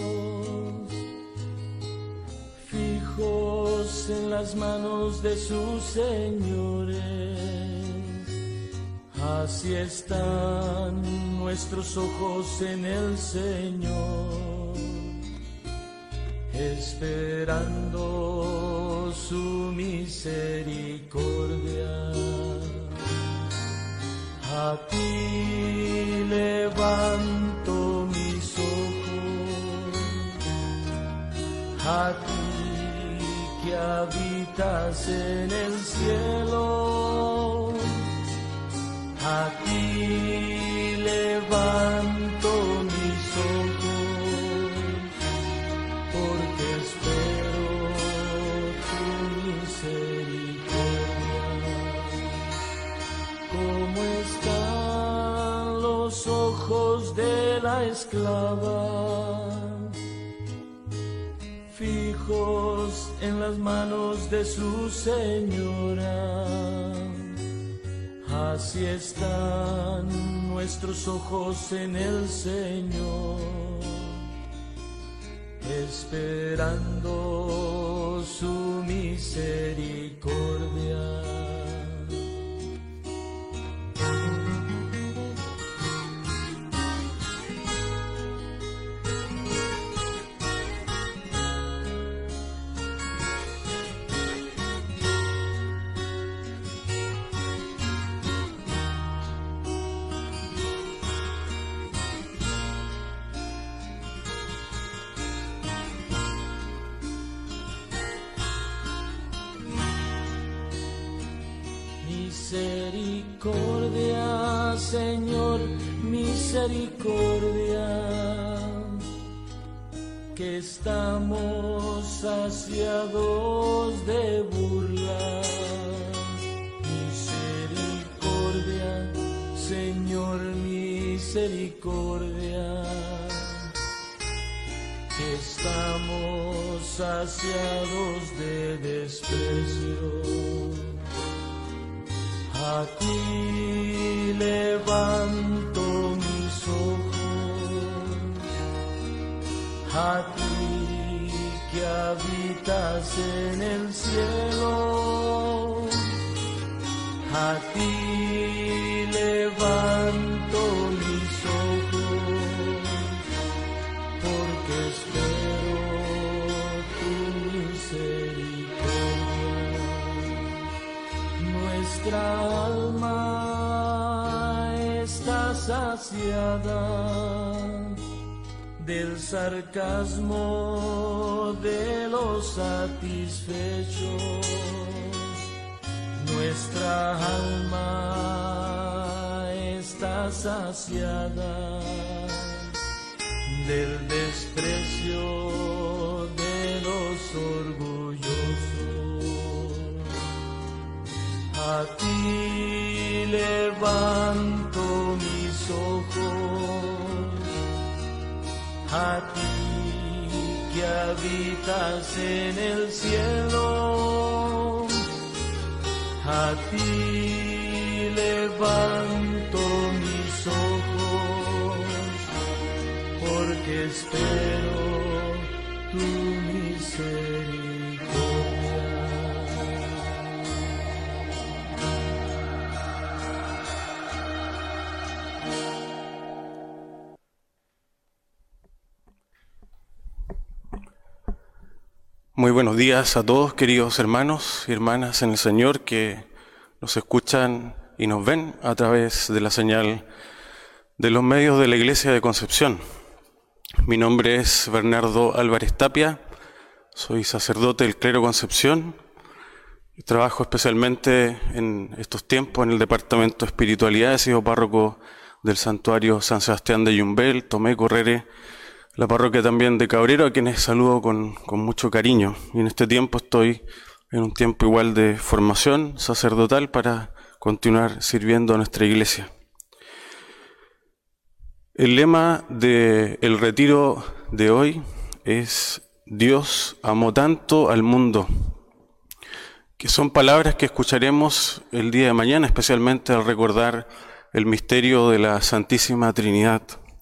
fijos en las manos de sus señores, así están nuestros ojos en el Señor, esperando su misericordia. A ti levanto mis ojos, a ti que habitas en el cielo, a ti levanto mis ojos, porque espero tu misericordia. Como están los ojos de la esclava, fijos en las manos de su señora, así están nuestros ojos en el Señor, esperando su misericordia. Misericordia, Señor, misericordia, que estamos saciados de burla. Misericordia, Señor, misericordia, que estamos saciados de desprecio. A ti levanto mis ojos, a ti que habitas en el cielo, a ti levanto mis ojos, porque espero tu nuestra alma está saciada del sarcasmo de los satisfechos. Nuestra alma está saciada del desprecio de los orgullosos. A ti levanto mis ojos, a ti que habitas en el cielo, a ti levanto mis ojos, porque espero tu misericordia. Muy buenos días a todos, queridos hermanos y hermanas en el Señor que nos escuchan y nos ven a través de la señal de los medios de la Iglesia de Concepción. Mi nombre es Bernardo Álvarez Tapia, soy sacerdote del clero Concepción y trabajo especialmente en estos tiempos en el Departamento de Espiritualidad. He sido párroco del Santuario San Sebastián de Yumbel, Tomé, Correre, la parroquia también de Cabrero, a quienes saludo con mucho cariño. Y en este tiempo estoy en un tiempo igual de formación sacerdotal para continuar sirviendo a nuestra iglesia. El lema del retiro de hoy es Dios amó tanto al mundo, que son palabras que escucharemos el día de mañana, especialmente al recordar el misterio de la Santísima Trinidad.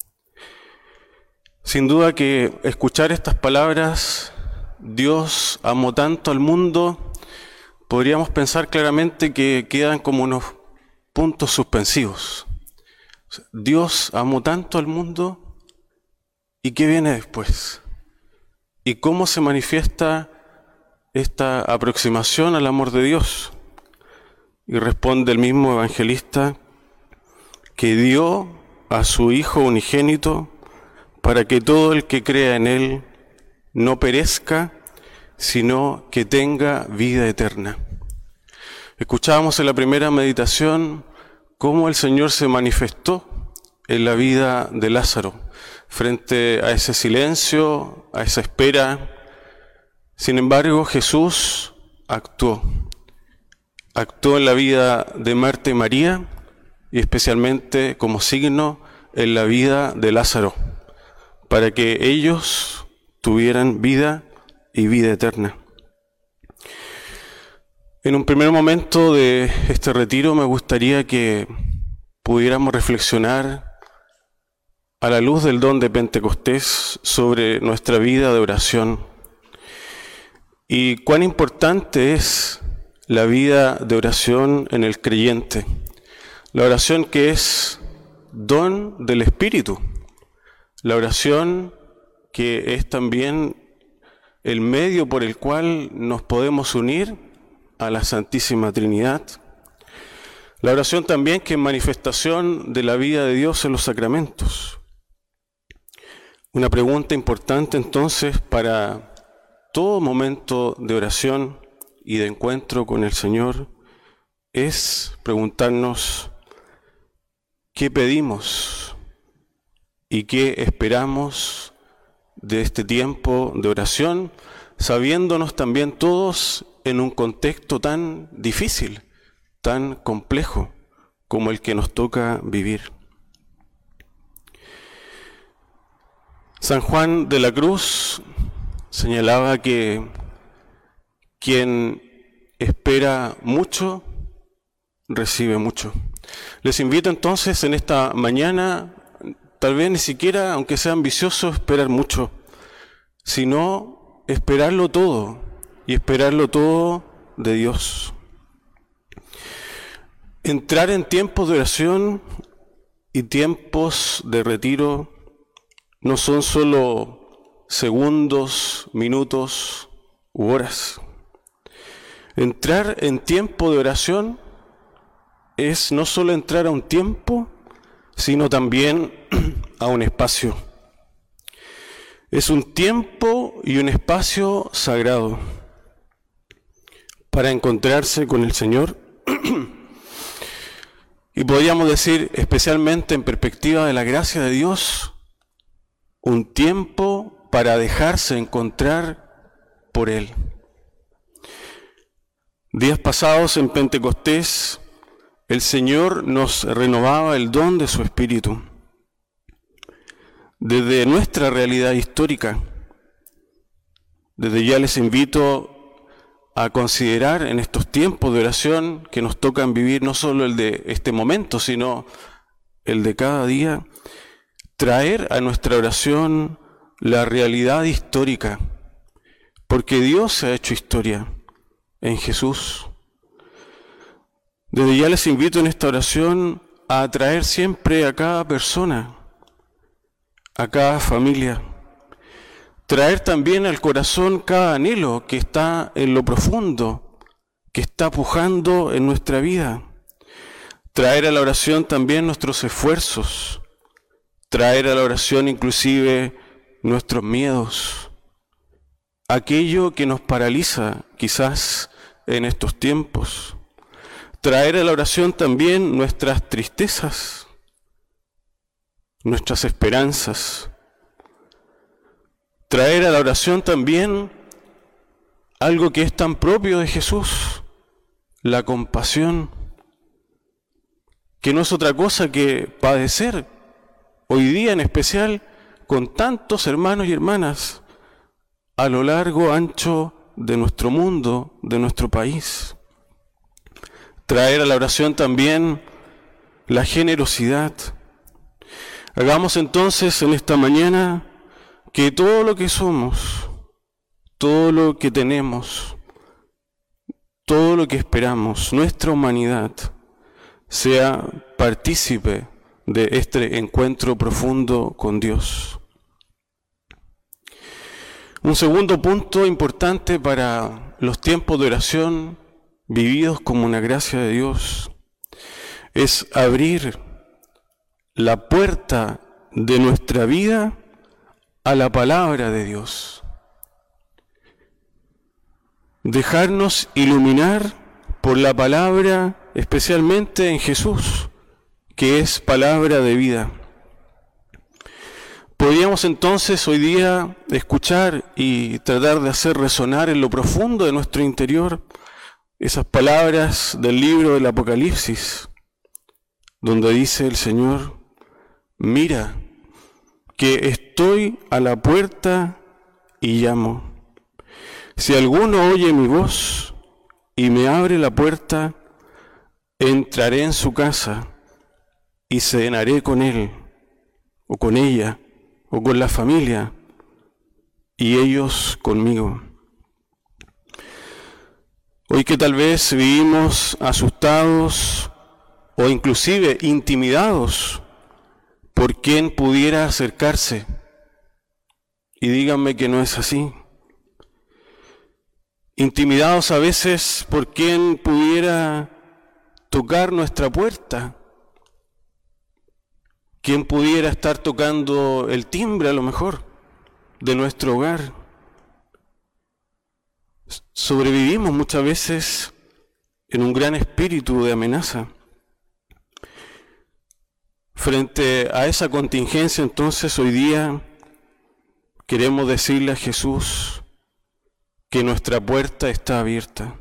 Sin duda que escuchar estas palabras, Dios amó tanto al mundo, podríamos pensar claramente que quedan como unos puntos suspensivos. Dios amó tanto al mundo, ¿y qué viene después? ¿Y cómo se manifiesta esta aproximación al amor de Dios? Y responde el mismo evangelista que dio a su Hijo unigénito para que todo el que crea en Él no perezca, sino que tenga vida eterna. Escuchábamos en la primera meditación cómo el Señor se manifestó en la vida de Lázaro, frente a ese silencio, a esa espera. Sin embargo, Jesús actuó en la vida de Marta y María, y especialmente como signo en la vida de Lázaro, para que ellos tuvieran vida y vida eterna. En un primer momento de este retiro me gustaría que pudiéramos reflexionar a la luz del don de Pentecostés sobre nuestra vida de oración y cuán importante es la vida de oración en el creyente. La oración que es don del Espíritu. La oración que es también el medio por el cual nos podemos unir a la Santísima Trinidad. La oración también que es manifestación de la vida de Dios en los sacramentos. Una pregunta importante entonces para todo momento de oración y de encuentro con el Señor es preguntarnos qué pedimos y qué esperamos de este tiempo de oración, sabiéndonos también todos en un contexto tan difícil, tan complejo como el que nos toca vivir. San Juan de la Cruz señalaba que quien espera mucho, recibe mucho. Les invito entonces en esta mañana, tal vez ni siquiera, aunque sea ambicioso, esperar mucho, sino esperarlo todo, y esperarlo todo de Dios. Entrar en tiempos de oración y tiempos de retiro no son solo segundos, minutos u horas. Entrar en tiempo de oración es no solo entrar a un tiempo, sino también a un espacio. Es un tiempo y un espacio sagrado para encontrarse con el Señor. Y podríamos decir, especialmente en perspectiva de la gracia de Dios, un tiempo para dejarse encontrar por Él. Días pasados en Pentecostés, el Señor nos renovaba el don de su Espíritu. Desde nuestra realidad histórica, desde ya les invito a considerar en estos tiempos de oración que nos tocan vivir, no solo el de este momento, sino el de cada día, traer a nuestra oración la realidad histórica, porque Dios se ha hecho historia en Jesús. Desde ya les invito en esta oración a atraer siempre a cada persona, a cada familia, traer también al corazón cada anhelo que está en lo profundo, que está pujando en nuestra vida. Traer a la oración también nuestros esfuerzos, traer a la oración inclusive nuestros miedos, aquello que nos paraliza quizás en estos tiempos. Traer a la oración también nuestras tristezas, nuestras esperanzas. Traer a la oración también algo que es tan propio de Jesús, la compasión, que no es otra cosa que padecer, hoy día en especial, con tantos hermanos y hermanas a lo largo, ancho de nuestro mundo, de nuestro país. Traer a la oración también la generosidad. Hagamos entonces en esta mañana que todo lo que somos, todo lo que tenemos, todo lo que esperamos, nuestra humanidad, sea partícipe de este encuentro profundo con Dios. Un segundo punto importante para los tiempos de oración vividos como una gracia de Dios es abrir la puerta de nuestra vida a la palabra de Dios. Dejarnos iluminar por la palabra, especialmente en Jesús, que es palabra de vida. Podríamos entonces hoy día escuchar y tratar de hacer resonar en lo profundo de nuestro interior esas palabras del libro del Apocalipsis, donde dice el Señor: mira, que estoy a la puerta y llamo. Si alguno oye mi voz y me abre la puerta, entraré en su casa y cenaré con él, o con ella, o con la familia, y ellos conmigo. Hoy que tal vez vivimos asustados o inclusive intimidados por quien pudiera acercarse, y díganme que no es así. Intimidados a veces por quien pudiera tocar nuestra puerta, quien pudiera estar tocando el timbre a lo mejor de nuestro hogar. Sobrevivimos muchas veces en un gran espíritu de amenaza. Frente a esa contingencia, entonces, hoy día queremos decirle a Jesús que nuestra puerta está abierta.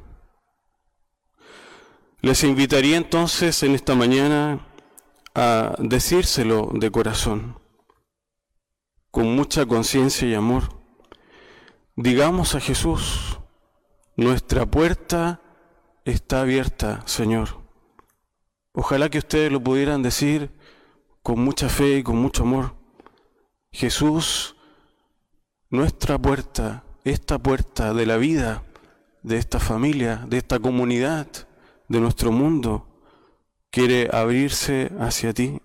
Les invitaría entonces en esta mañana a decírselo de corazón, con mucha conciencia y amor. Digamos a Jesús: nuestra puerta está abierta, Señor. Ojalá que ustedes lo pudieran decir con mucha fe y con mucho amor. Jesús, nuestra puerta, esta puerta de la vida, de esta familia, de esta comunidad, de nuestro mundo, quiere abrirse hacia ti.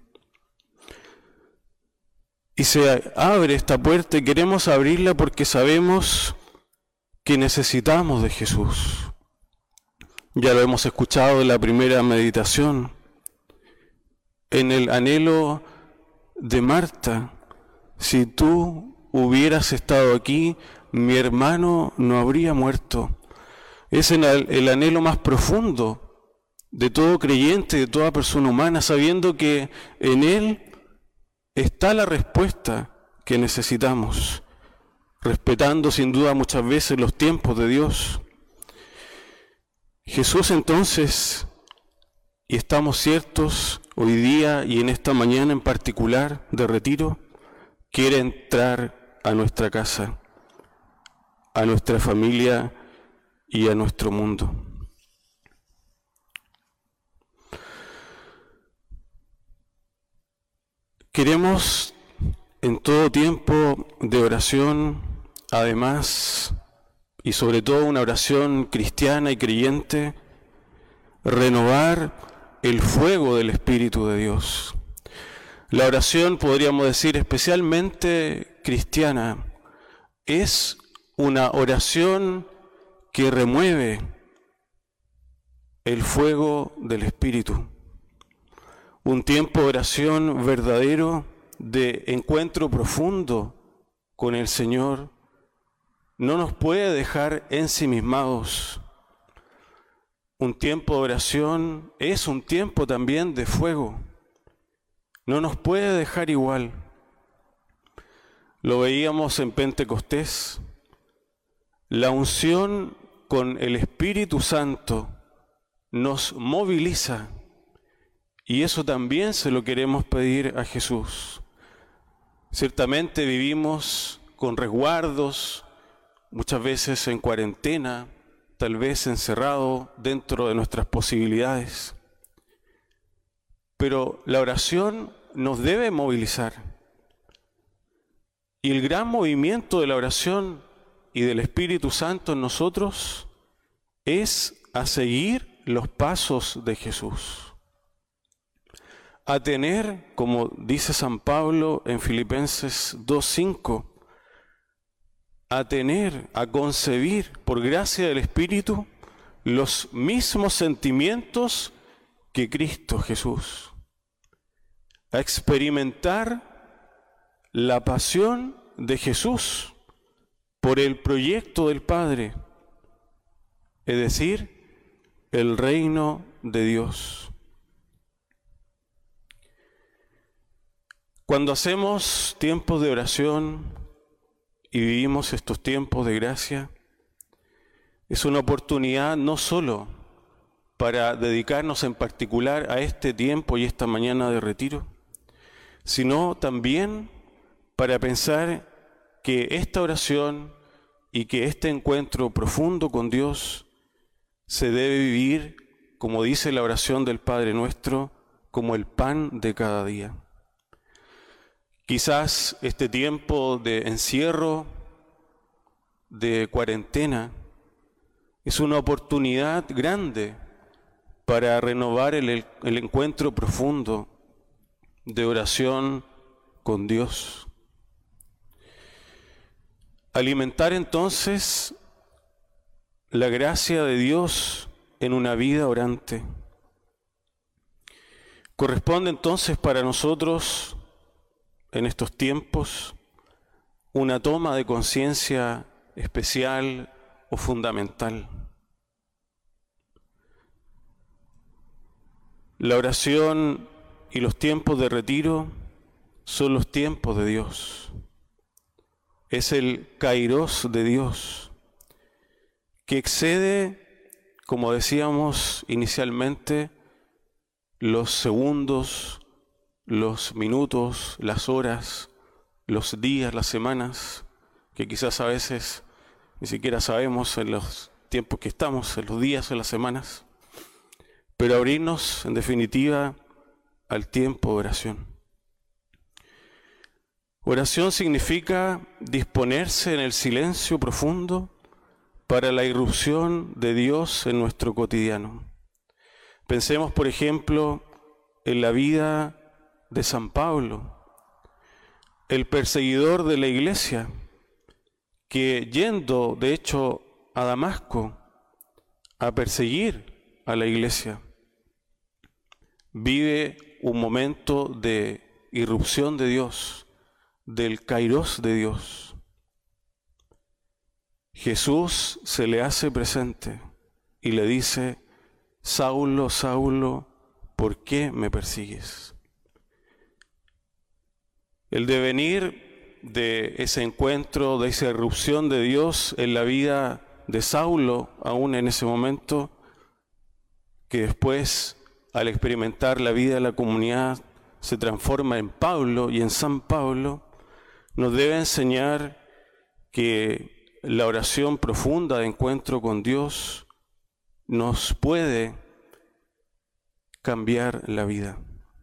Y se abre esta puerta y queremos abrirla porque sabemos que necesitamos de Jesús. Ya lo hemos escuchado en la primera meditación. en el anhelo de Marta: si tú hubieras estado aquí, mi hermano no habría muerto. Es el anhelo más profundo de todo creyente, de toda persona humana, sabiendo que en Él está la respuesta que necesitamos, respetando sin duda muchas veces los tiempos de Dios. Jesús entonces, y estamos ciertos hoy día y en esta mañana en particular de retiro, quiere entrar a nuestra casa, a nuestra familia y a nuestro mundo. Queremos en todo tiempo de oración, además, y sobre todo una oración cristiana y creyente, renovar el fuego del Espíritu de Dios. La oración, podríamos decir, especialmente cristiana, es una oración que remueve el fuego del Espíritu. Un tiempo de oración verdadero, de encuentro profundo con el Señor, no nos puede dejar ensimismados. Un tiempo de oración es un tiempo también de fuego. No nos puede dejar igual. Lo veíamos en Pentecostés. La unción con el Espíritu Santo nos moviliza, y eso también se lo queremos pedir a Jesús. Ciertamente vivimos con resguardos, muchas veces en cuarentena, tal vez encerrado dentro de nuestras posibilidades, pero la oración nos debe movilizar. Y el gran movimiento de la oración y del Espíritu Santo en nosotros es a seguir los pasos de Jesús, a tener, como dice San Pablo en Filipenses 2:5, a concebir por gracia del Espíritu los mismos sentimientos que Cristo Jesús, a experimentar la pasión de Jesús por el proyecto del Padre, es decir, el reino de Dios. Cuando hacemos tiempos de oración y vivimos estos tiempos de gracia, es una oportunidad no solo para dedicarnos en particular a este tiempo y esta mañana de retiro, sino también para pensar que esta oración y que este encuentro profundo con Dios se debe vivir, como dice la oración del Padre Nuestro, como el pan de cada día. Quizás este tiempo de encierro, de cuarentena, es una oportunidad grande para renovar el encuentro profundo de oración con Dios. Alimentar entonces la gracia de Dios en una vida orante. Corresponde entonces para nosotros en estos tiempos una toma de conciencia especial o fundamental. La oración y los tiempos de retiro son los tiempos de Dios. Es el kairos de Dios, que excede, como decíamos inicialmente, los segundos, los minutos, las horas, los días, las semanas, que quizás a veces ni siquiera sabemos en los tiempos que estamos, en los días o en las semanas, pero abrirnos, en definitiva, al tiempo de oración. Oración significa disponerse en el silencio profundo para la irrupción de Dios en nuestro cotidiano. Pensemos, por ejemplo, en la vida de San Pablo, el perseguidor de la iglesia, que yendo, de hecho, a Damasco a perseguir a la iglesia, vive un momento de irrupción de Dios, del kairos de Dios. Jesús se le hace presente y le dice: Saulo, Saulo, ¿por qué me persigues? El devenir de ese encuentro, de esa irrupción de Dios en la vida de Saulo, aún en ese momento, que después, al experimentar la vida de la comunidad, se transforma en Pablo y en San Pablo, nos debe enseñar que la oración profunda de encuentro con Dios nos puede cambiar la vida.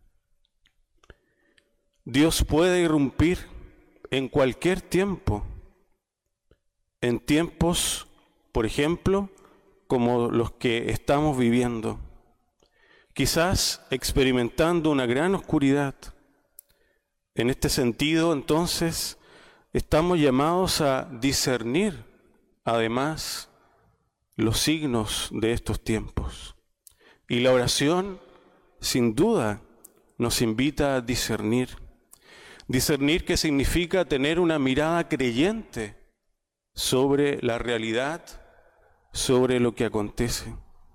Dios puede irrumpir en cualquier tiempo, en tiempos, por ejemplo, como los que estamos viviendo, quizás experimentando una gran oscuridad. En este sentido, entonces, estamos llamados a discernir, además, los signos de estos tiempos. Y la oración, sin duda, nos invita a discernir. Discernir, que significa tener una mirada creyente sobre la realidad, sobre lo que acontece.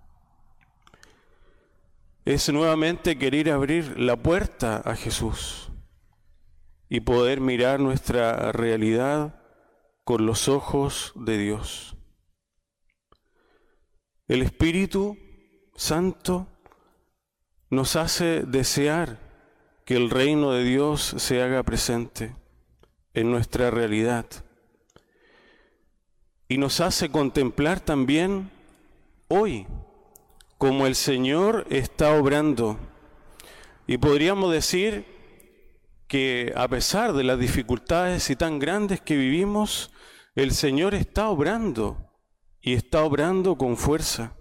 Es nuevamente querer abrir la puerta a Jesús y poder mirar nuestra realidad con los ojos de Dios. El Espíritu Santo nos hace desear que el reino de Dios se haga presente en nuestra realidad y nos hace contemplar también hoy cómo el Señor está obrando. Y podríamos decir que a pesar de las dificultades y tan grandes que vivimos, el Señor está obrando y está obrando con fuerza.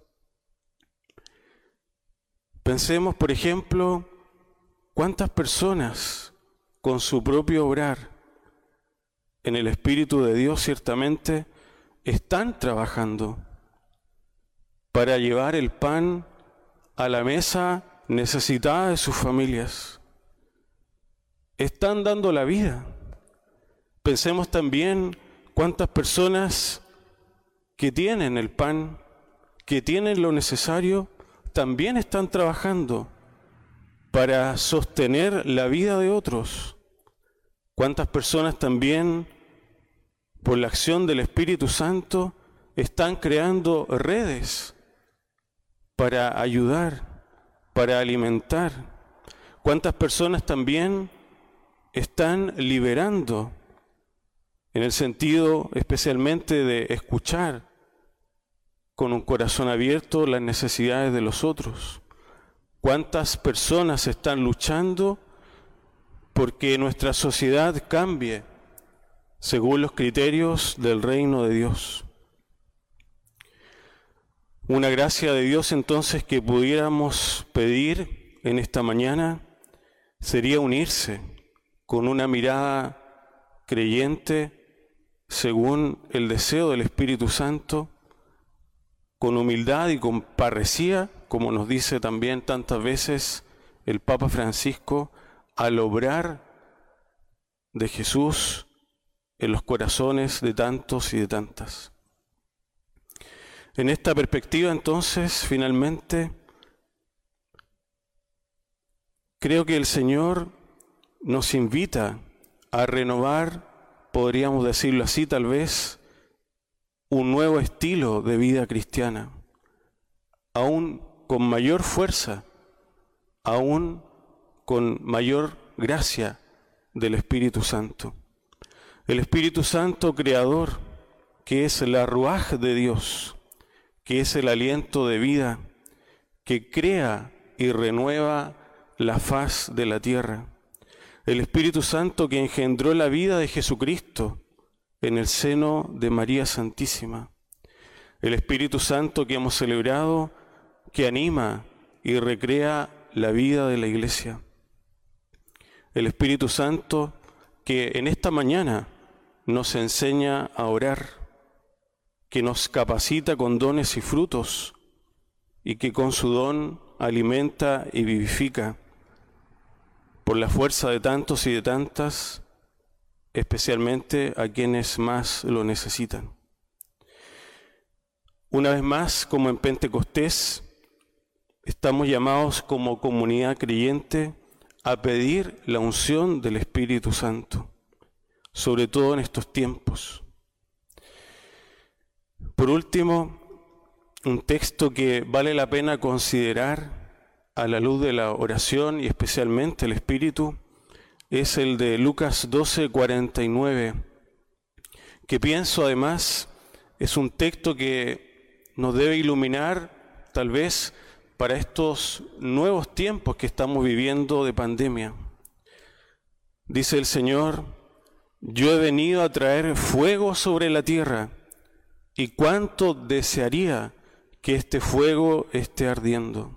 Pensemos, por ejemplo, cuántas personas con su propio obrar en el Espíritu de Dios ciertamente están trabajando para llevar el pan a la mesa necesitada de sus familias. Están dando la vida. Pensemos también cuántas personas que tienen el pan, que tienen lo necesario, también están trabajando para sostener la vida de otros. Cuántas personas también, por la acción del Espíritu Santo, están creando redes para ayudar, para alimentar. Cuántas personas también están liberando, en el sentido especialmente de escuchar con un corazón abierto las necesidades de los otros. Cuántas personas están luchando porque nuestra sociedad cambie según los criterios del reino de Dios. Una gracia de Dios entonces que pudiéramos pedir en esta mañana sería unirse con una mirada creyente según el deseo del Espíritu Santo, con humildad y con parresía, como nos dice también tantas veces el Papa Francisco, al obrar de Jesús en los corazones de tantos y de tantas. En esta perspectiva, entonces, finalmente, creo que el Señor nos invita a renovar, podríamos decirlo así tal vez, un nuevo estilo de vida cristiana, aún con mayor fuerza, aún con mayor gracia del Espíritu Santo. El Espíritu Santo creador, que es la ruaj de Dios, que es el aliento de vida, que crea y renueva la faz de la tierra. El Espíritu Santo que engendró la vida de Jesucristo en el seno de María Santísima. El Espíritu Santo que hemos celebrado, que anima y recrea la vida de la Iglesia. El Espíritu Santo que en esta mañana nos enseña a orar, que nos capacita con dones y frutos y que con su don alimenta y vivifica, por la fuerza de tantos y de tantas, especialmente a quienes más lo necesitan. Una vez más, como en Pentecostés, estamos llamados como comunidad creyente a pedir la unción del Espíritu Santo, sobre todo en estos tiempos. Por último, un texto que vale la pena considerar a la luz de la oración y especialmente el Espíritu es el de Lucas 12:49, que pienso además es un texto que nos debe iluminar tal vez para estos nuevos tiempos que estamos viviendo de pandemia. Dice el Señor: yo he venido a traer fuego sobre la tierra, y cuánto desearía que este fuego esté ardiendo.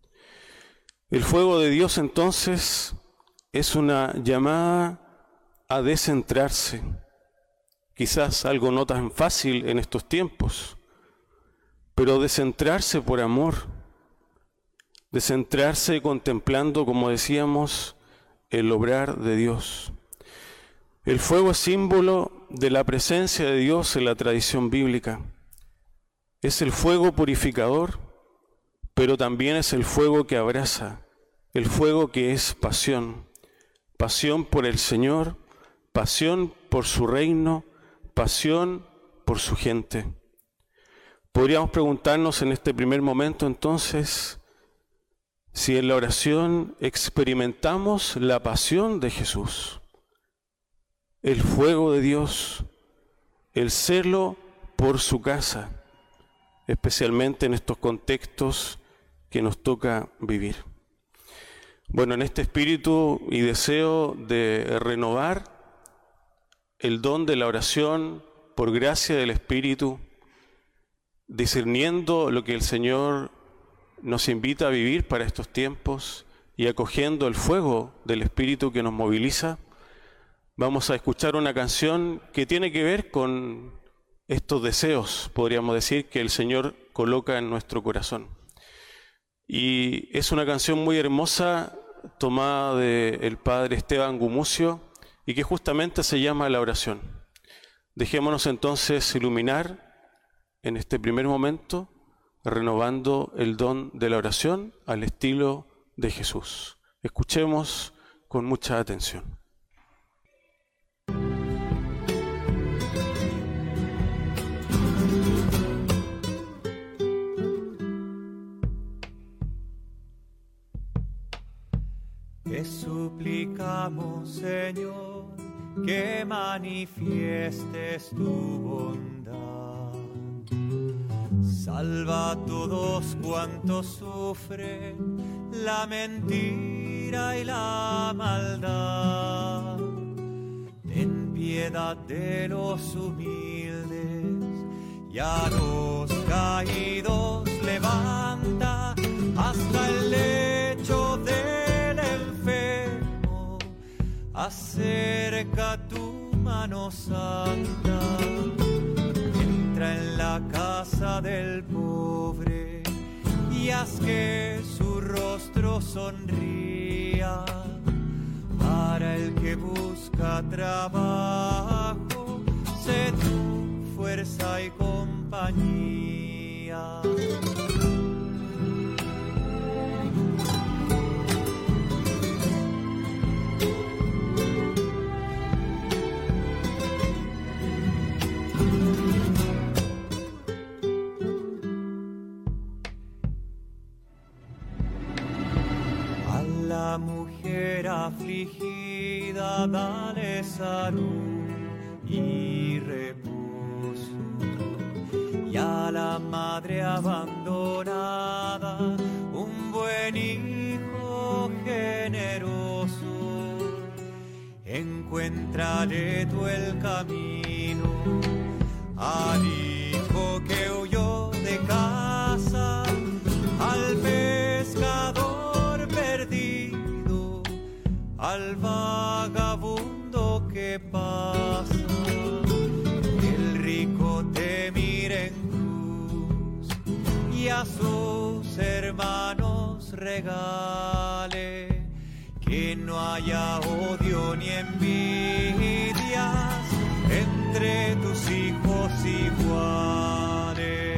El fuego de Dios entonces es una llamada a descentrarse, quizás algo no tan fácil en estos tiempos, pero descentrarse por amor, descentrarse contemplando, como decíamos, el obrar de Dios. El fuego es símbolo de la presencia de Dios en la tradición bíblica. Es el fuego purificador, pero también es el fuego que abraza, el fuego que es pasión. Pasión por el Señor, pasión por su reino, pasión por su gente. Podríamos preguntarnos en este primer momento entonces si en la oración experimentamos la pasión de Jesús, el fuego de Dios, el celo por su casa, especialmente en estos contextos que nos toca vivir. Bueno, en este espíritu y deseo de renovar el don de la oración por gracia del Espíritu, discerniendo lo que el Señor nos invita a vivir para estos tiempos y acogiendo el fuego del Espíritu que nos moviliza, vamos a escuchar una canción que tiene que ver con estos deseos, podríamos decir, que el Señor coloca en nuestro corazón. Y es una canción muy hermosa, tomada del padre Esteban Gumucio, y que justamente se llama La Oración. Dejémonos entonces iluminar en este primer momento, renovando el don de la oración al estilo de Jesús. Escuchemos con mucha atención. Te suplicamos, Señor, que manifiestes tu bondad. Salva a todos cuantos sufren la mentira y la maldad. Ten piedad de los humildes y a los caídos levanta hasta el lecho del enfermo. Acerca tu mano santa, entra en la casa del pobre y haz que su rostro sonría. Para el que busca trabajo, sé tu fuerza y compañía. La mujer afligida, dale salud y reposo, y a la madre abandonada un buen hijo generoso. Encuéntrale tú el camino al hijo que huyó de casa, al pescador perdido, al vagabundo que pasa. El rico te mira en cruz y a sus hermanos regale, que no haya odio ni envidias entre tus hijos iguales.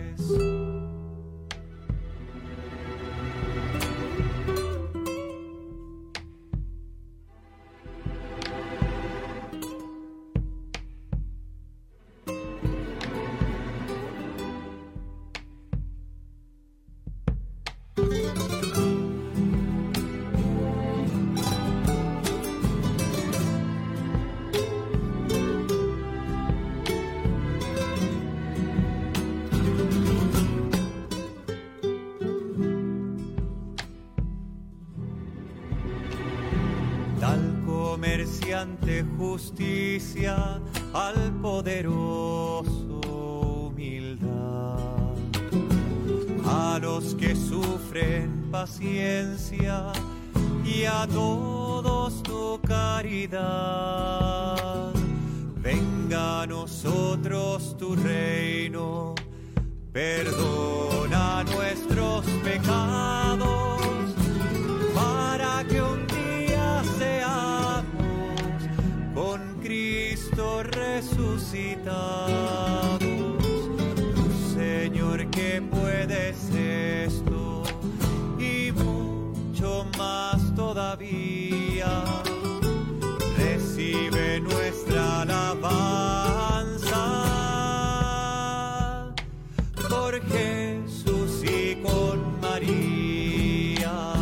Comerciante justicia al poderoso humildad, a los que sufren paciencia y a todos tu caridad. Venga a nosotros tu reino, perdona nuestros pecados, para que un día seamos con Cristo resucitados. Tu Señor, que puedes esto y mucho más todavía, recibe nuestra alabanza por Jesús y con María.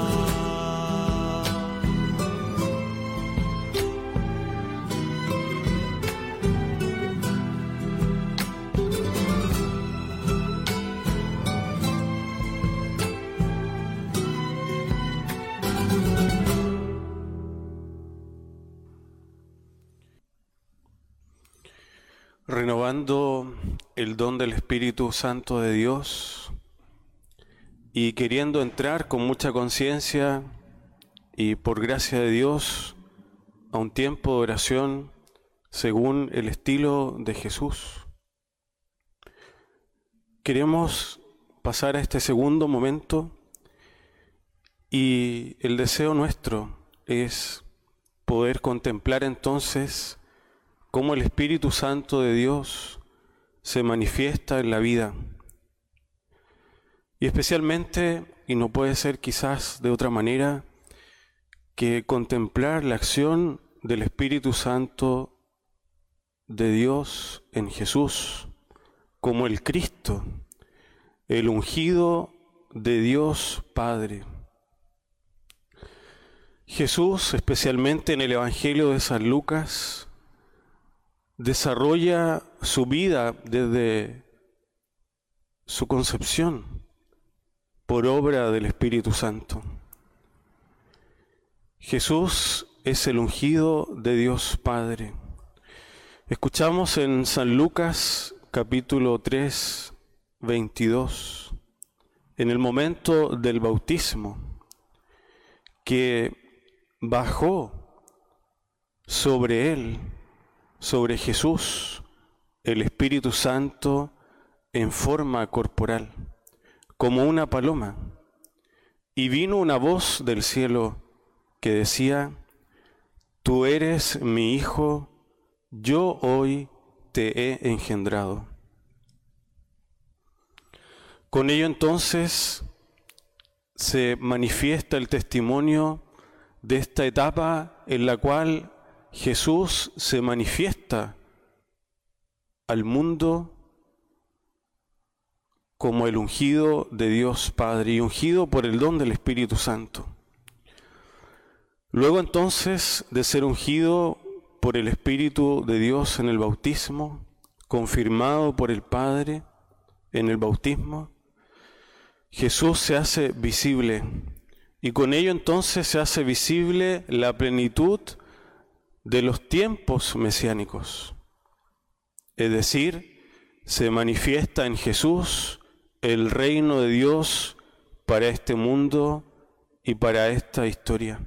Renovando el don del Espíritu Santo de Dios y queriendo entrar con mucha conciencia y por gracia de Dios a un tiempo de oración según el estilo de Jesús. Queremos pasar a este segundo momento y el deseo nuestro es poder contemplar entonces cómo el Espíritu Santo de Dios se manifiesta en la vida. Y especialmente, y no puede ser quizás de otra manera, que contemplar la acción del Espíritu Santo de Dios en Jesús, como el Cristo, el ungido de Dios Padre. Jesús, especialmente en el Evangelio de San Lucas, desarrolla su vida desde su concepción por obra del Espíritu Santo. Jesús es el ungido de Dios Padre. Escuchamos en San Lucas capítulo 3, 22, en el momento del bautismo, que bajó sobre él, sobre Jesús, el Espíritu Santo en forma corporal, como una paloma, y vino una voz del cielo que decía: Tú eres mi Hijo, yo hoy te he engendrado. Con ello entonces se manifiesta el testimonio de esta etapa en la cual Jesús se manifiesta al mundo como el ungido de Dios Padre y ungido por el don del Espíritu Santo. Luego entonces de ser ungido por el Espíritu de Dios en el bautismo, confirmado por el Padre en el bautismo, Jesús se hace visible y con ello entonces se hace visible la plenitud de los tiempos mesiánicos. Es decir, se manifiesta en Jesús el reino de Dios para este mundo y para esta historia.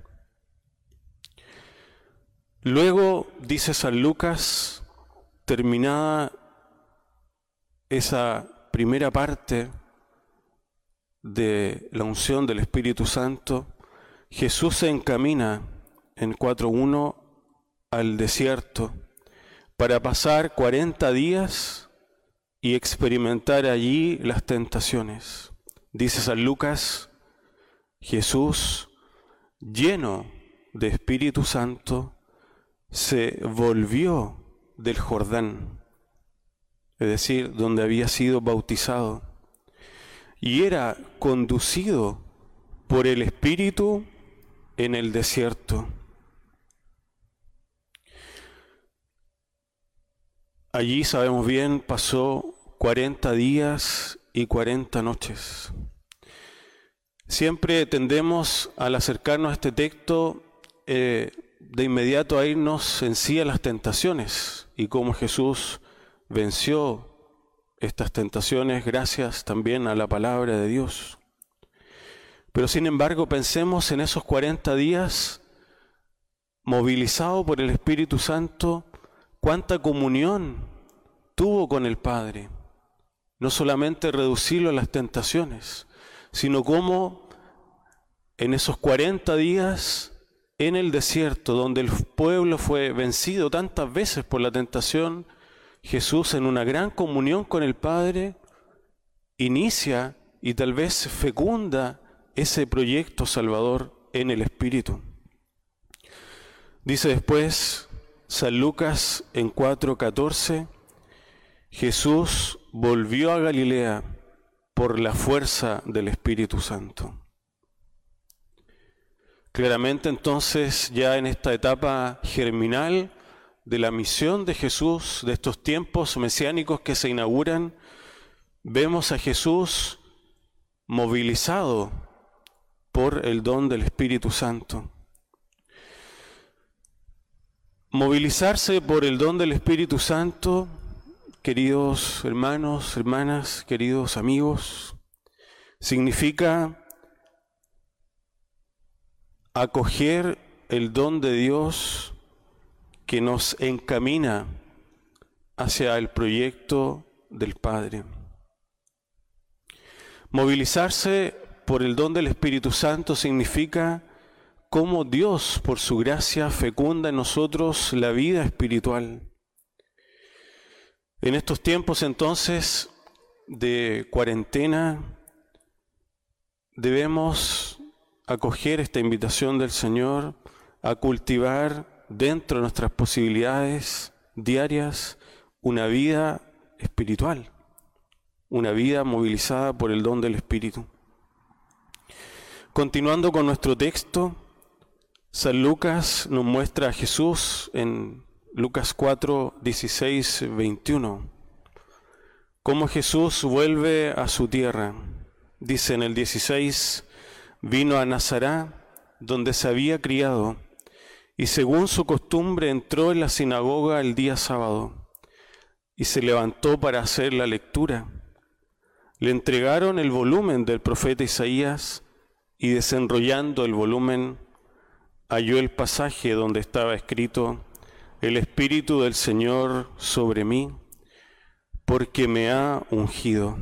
Luego, dice San Lucas, terminada esa primera parte de la unción del Espíritu Santo, Jesús se encamina en 4:1 al desierto para pasar 40 días y experimentar allí las tentaciones. Dice San Lucas, Jesús, lleno de Espíritu Santo, se volvió del Jordán, es decir, donde había sido bautizado, y era conducido por el Espíritu en el desierto. Allí, sabemos bien, pasó 40 días y 40 noches. Siempre tendemos, al acercarnos a este texto, de inmediato a irnos en sí a las tentaciones y cómo Jesús venció estas tentaciones gracias también a la palabra de Dios. Pero sin embargo, pensemos en esos 40 días movilizado por el Espíritu Santo, cuánta comunión tuvo con el Padre. No solamente reducirlo a las tentaciones, sino cómo en esos 40 días en el desierto, donde el pueblo fue vencido tantas veces por la tentación, Jesús, en una gran comunión con el Padre, inicia y tal vez fecunda ese proyecto salvador en el Espíritu. Dice después San Lucas en 4:14, Jesús volvió a Galilea por la fuerza del Espíritu Santo. Claramente entonces, ya en esta etapa germinal de la misión de Jesús, de estos tiempos mesiánicos que se inauguran, vemos a Jesús movilizado por el don del Espíritu Santo. Movilizarse por el don del Espíritu Santo, queridos hermanos, hermanas, queridos amigos, significa acoger el don de Dios que nos encamina hacia el proyecto del Padre. Movilizarse por el don del Espíritu Santo significa cómo Dios, por su gracia, fecunda en nosotros la vida espiritual. En estos tiempos, entonces, de cuarentena, debemos acoger esta invitación del Señor a cultivar dentro de nuestras posibilidades diarias una vida espiritual, una vida movilizada por el don del Espíritu. Continuando con nuestro texto, San Lucas nos muestra a Jesús en Lucas 4, 16, 21, cómo Jesús vuelve a su tierra. Dice en el 16, vino a Nazaret, donde se había criado, y según su costumbre entró en la sinagoga el día sábado, y se levantó para hacer la lectura. Le entregaron el volumen del profeta Isaías, y desenrollando el volumen, halló el pasaje donde estaba escrito, el Espíritu del Señor sobre mí, porque me ha ungido,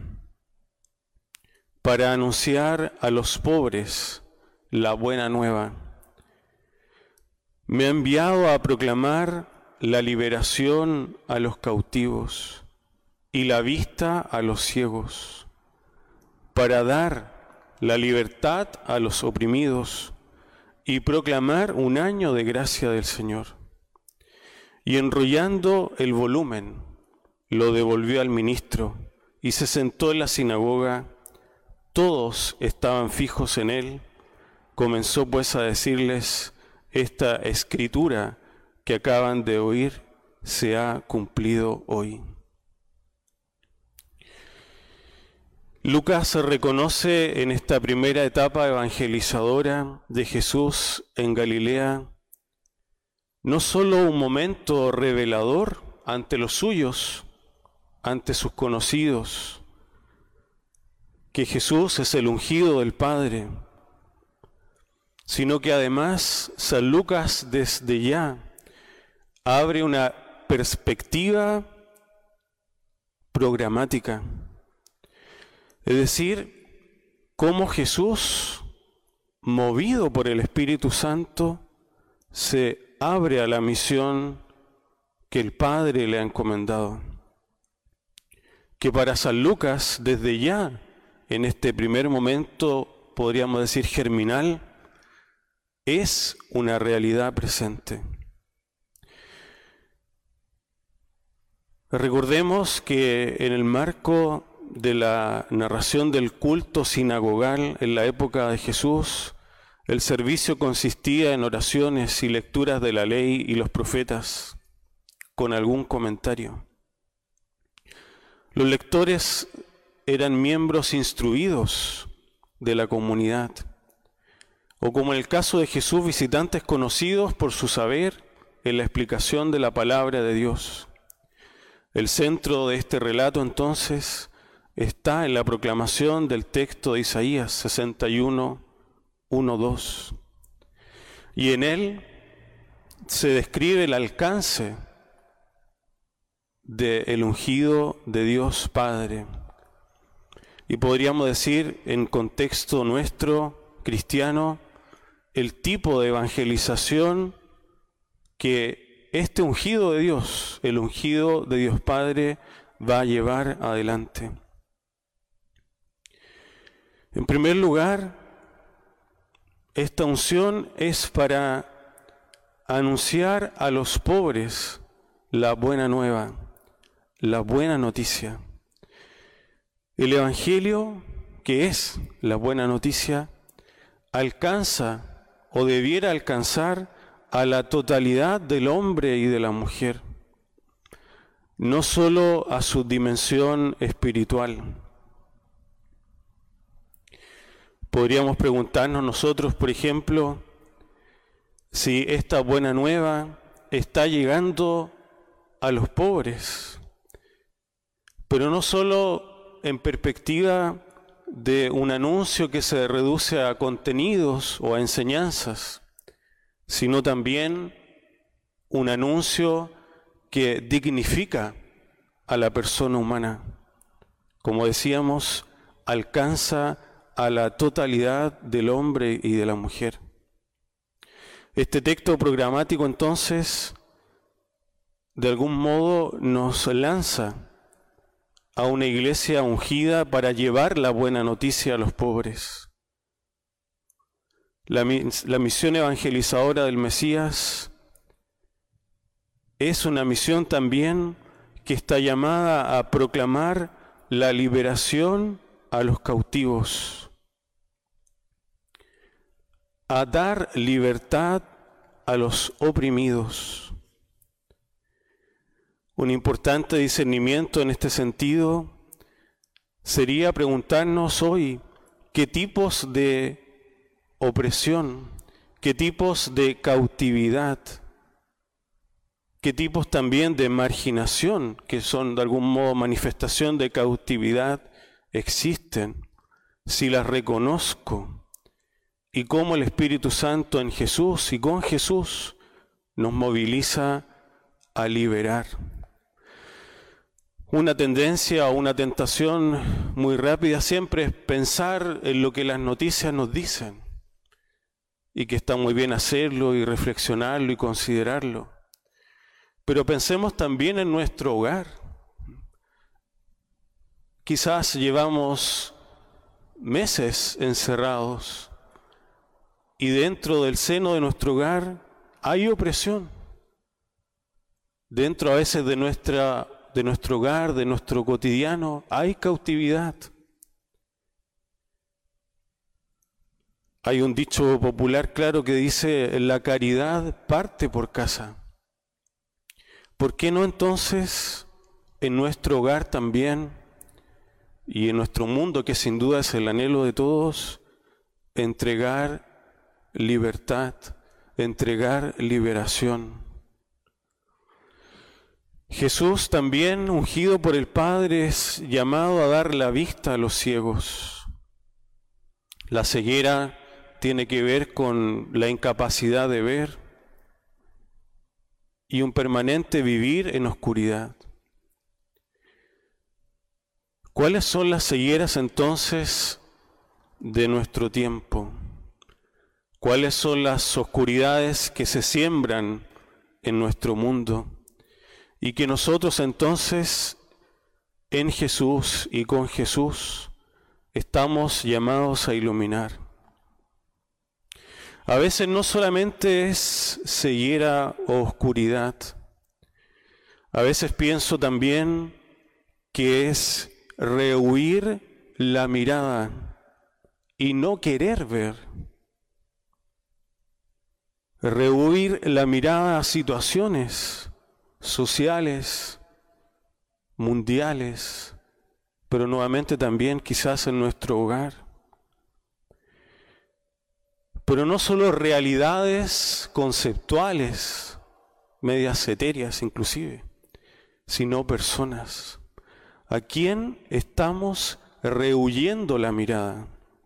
para anunciar a los pobres la buena nueva. Me ha enviado a proclamar la liberación a los cautivos y la vista a los ciegos, para dar la libertad a los oprimidos y proclamar un año de gracia del Señor. Y enrollando el volumen, lo devolvió al ministro y se sentó en la sinagoga. Todos estaban fijos en él. Comenzó pues a decirles, esta escritura que acaban de oír se ha cumplido hoy. Lucas se reconoce en esta primera etapa evangelizadora de Jesús en Galilea no solo un momento revelador ante los suyos, ante sus conocidos, que Jesús es el ungido del Padre, sino que además San Lucas desde ya abre una perspectiva programática. Es decir, cómo Jesús movido por el Espíritu Santo, se abre a la misión que el Padre le ha encomendado. Que para San Lucas, desde ya, en este primer momento, podríamos decir germinal, es una realidad presente. Recordemos que en el marco de la narración del culto sinagogal en la época de Jesús, el servicio consistía en oraciones y lecturas de la ley y los profetas, con algún comentario. Los lectores eran miembros instruidos de la comunidad, o como en el caso de Jesús, visitantes conocidos por su saber en la explicación de la palabra de Dios. El centro de este relato, entonces, está en la proclamación del texto de Isaías 61, 1, 2. Y en él se describe el alcance del ungido de Dios Padre. Y podríamos decir, en contexto nuestro cristiano, el tipo de evangelización que este ungido de Dios, el ungido de Dios Padre, va a llevar adelante. En primer lugar, esta unción es para anunciar a los pobres la buena nueva, la buena noticia. El Evangelio, que es la buena noticia, alcanza o debiera alcanzar a la totalidad del hombre y de la mujer, no solo a su dimensión espiritual. Podríamos preguntarnos nosotros, por ejemplo, si esta buena nueva está llegando a los pobres, pero no solo en perspectiva de un anuncio que se reduce a contenidos o a enseñanzas, sino también un anuncio que dignifica a la persona humana. Como decíamos, alcanza a la totalidad del hombre y de la mujer. Este texto programático, entonces, de algún modo nos lanza a una iglesia ungida para llevar la buena noticia a los pobres. La misión evangelizadora del Mesías es una misión también que está llamada a proclamar la liberación a los cautivos, a dar libertad a los oprimidos. Un importante discernimiento en este sentido sería preguntarnos hoy qué tipos de opresión, qué tipos de cautividad, qué tipos también de marginación, que son de algún modo manifestación de cautividad, existen, si las reconozco, y cómo el Espíritu Santo en Jesús y con Jesús nos moviliza a liberar. Una tendencia o una tentación muy rápida siempre es pensar en lo que las noticias nos dicen, y que está muy bien hacerlo y reflexionarlo y considerarlo. Pero pensemos también en nuestro hogar. Quizás llevamos meses encerrados y dentro del seno de nuestro hogar hay opresión. Dentro a veces de nuestro hogar, de nuestro cotidiano, hay cautividad. Hay un dicho popular claro que dice: la caridad parte por casa. ¿Por qué no entonces en nuestro hogar también, y en nuestro mundo, que sin duda es el anhelo de todos, entregar libertad, entregar liberación? Jesús también, ungido por el Padre, es llamado a dar la vista a los ciegos. La ceguera tiene que ver con la incapacidad de ver y un permanente vivir en oscuridad. ¿Cuáles son las cegueras entonces de nuestro tiempo? cuáles son las oscuridades que se siembran en nuestro mundo y que nosotros entonces en Jesús y con Jesús estamos llamados a iluminar. A veces no solamente es ceguera o oscuridad, a veces pienso también que es rehuir la mirada y no querer ver. Rehuir la mirada a situaciones sociales, mundiales, pero nuevamente también quizás en nuestro hogar. Pero no solo realidades conceptuales, medias etéreas inclusive, sino personas. ¿A quién estamos rehuyendo la mirada?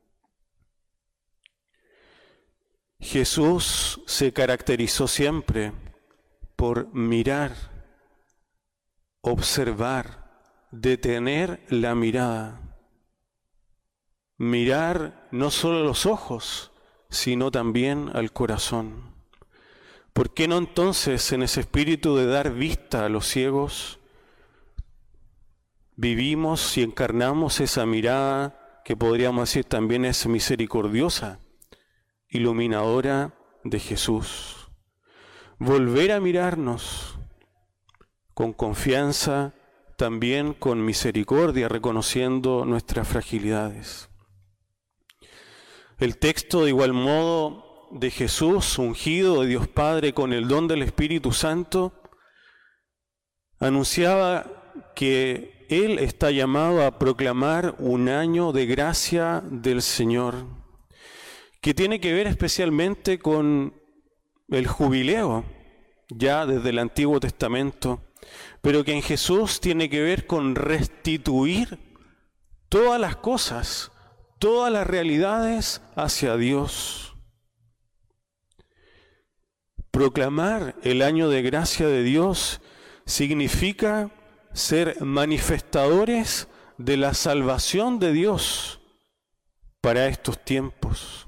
Jesús se caracterizó siempre por mirar, observar, detener la mirada. Mirar no solo a los ojos, sino también al corazón. ¿Por qué no entonces en ese espíritu de dar vista a los ciegos, vivimos y encarnamos esa mirada que podríamos decir también es misericordiosa, iluminadora de Jesús? Volver a mirarnos con confianza, también con misericordia, reconociendo nuestras fragilidades. El texto de igual modo de Jesús, ungido de Dios Padre con el don del Espíritu Santo, anunciaba que Él está llamado a proclamar un año de gracia del Señor, que tiene que ver especialmente con el jubileo, ya desde el Antiguo Testamento, pero que en Jesús tiene que ver con restituir todas las cosas, todas las realidades hacia Dios. Proclamar el año de gracia de Dios significa ser manifestadores de la salvación de Dios para estos tiempos.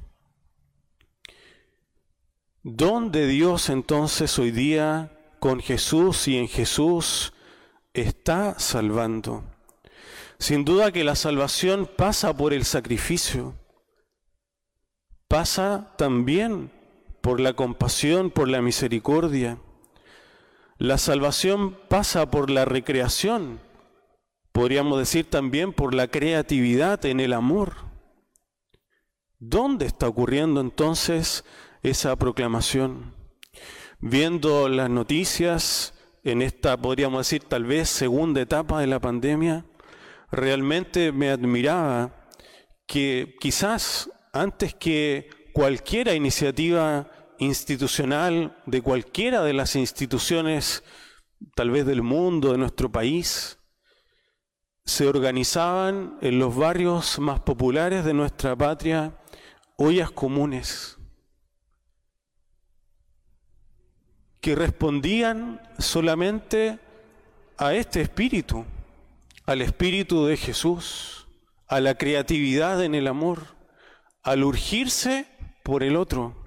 Don de Dios entonces hoy día con Jesús y en Jesús está salvando. Sin duda que la salvación pasa por el sacrificio, pasa también por la compasión, por la misericordia. La salvación pasa por la recreación, podríamos decir también por la creatividad en el amor. ¿Dónde está ocurriendo entonces esa proclamación? Viendo las noticias en esta, podríamos decir, tal vez segunda etapa de la pandemia, realmente me admiraba que quizás antes que cualquier iniciativa institucional de cualquiera de las instituciones, tal vez del mundo, de nuestro país, se organizaban en los barrios más populares de nuestra patria ollas comunes que respondían solamente a este espíritu, al espíritu de Jesús, a la creatividad en el amor, al urgirse por el otro.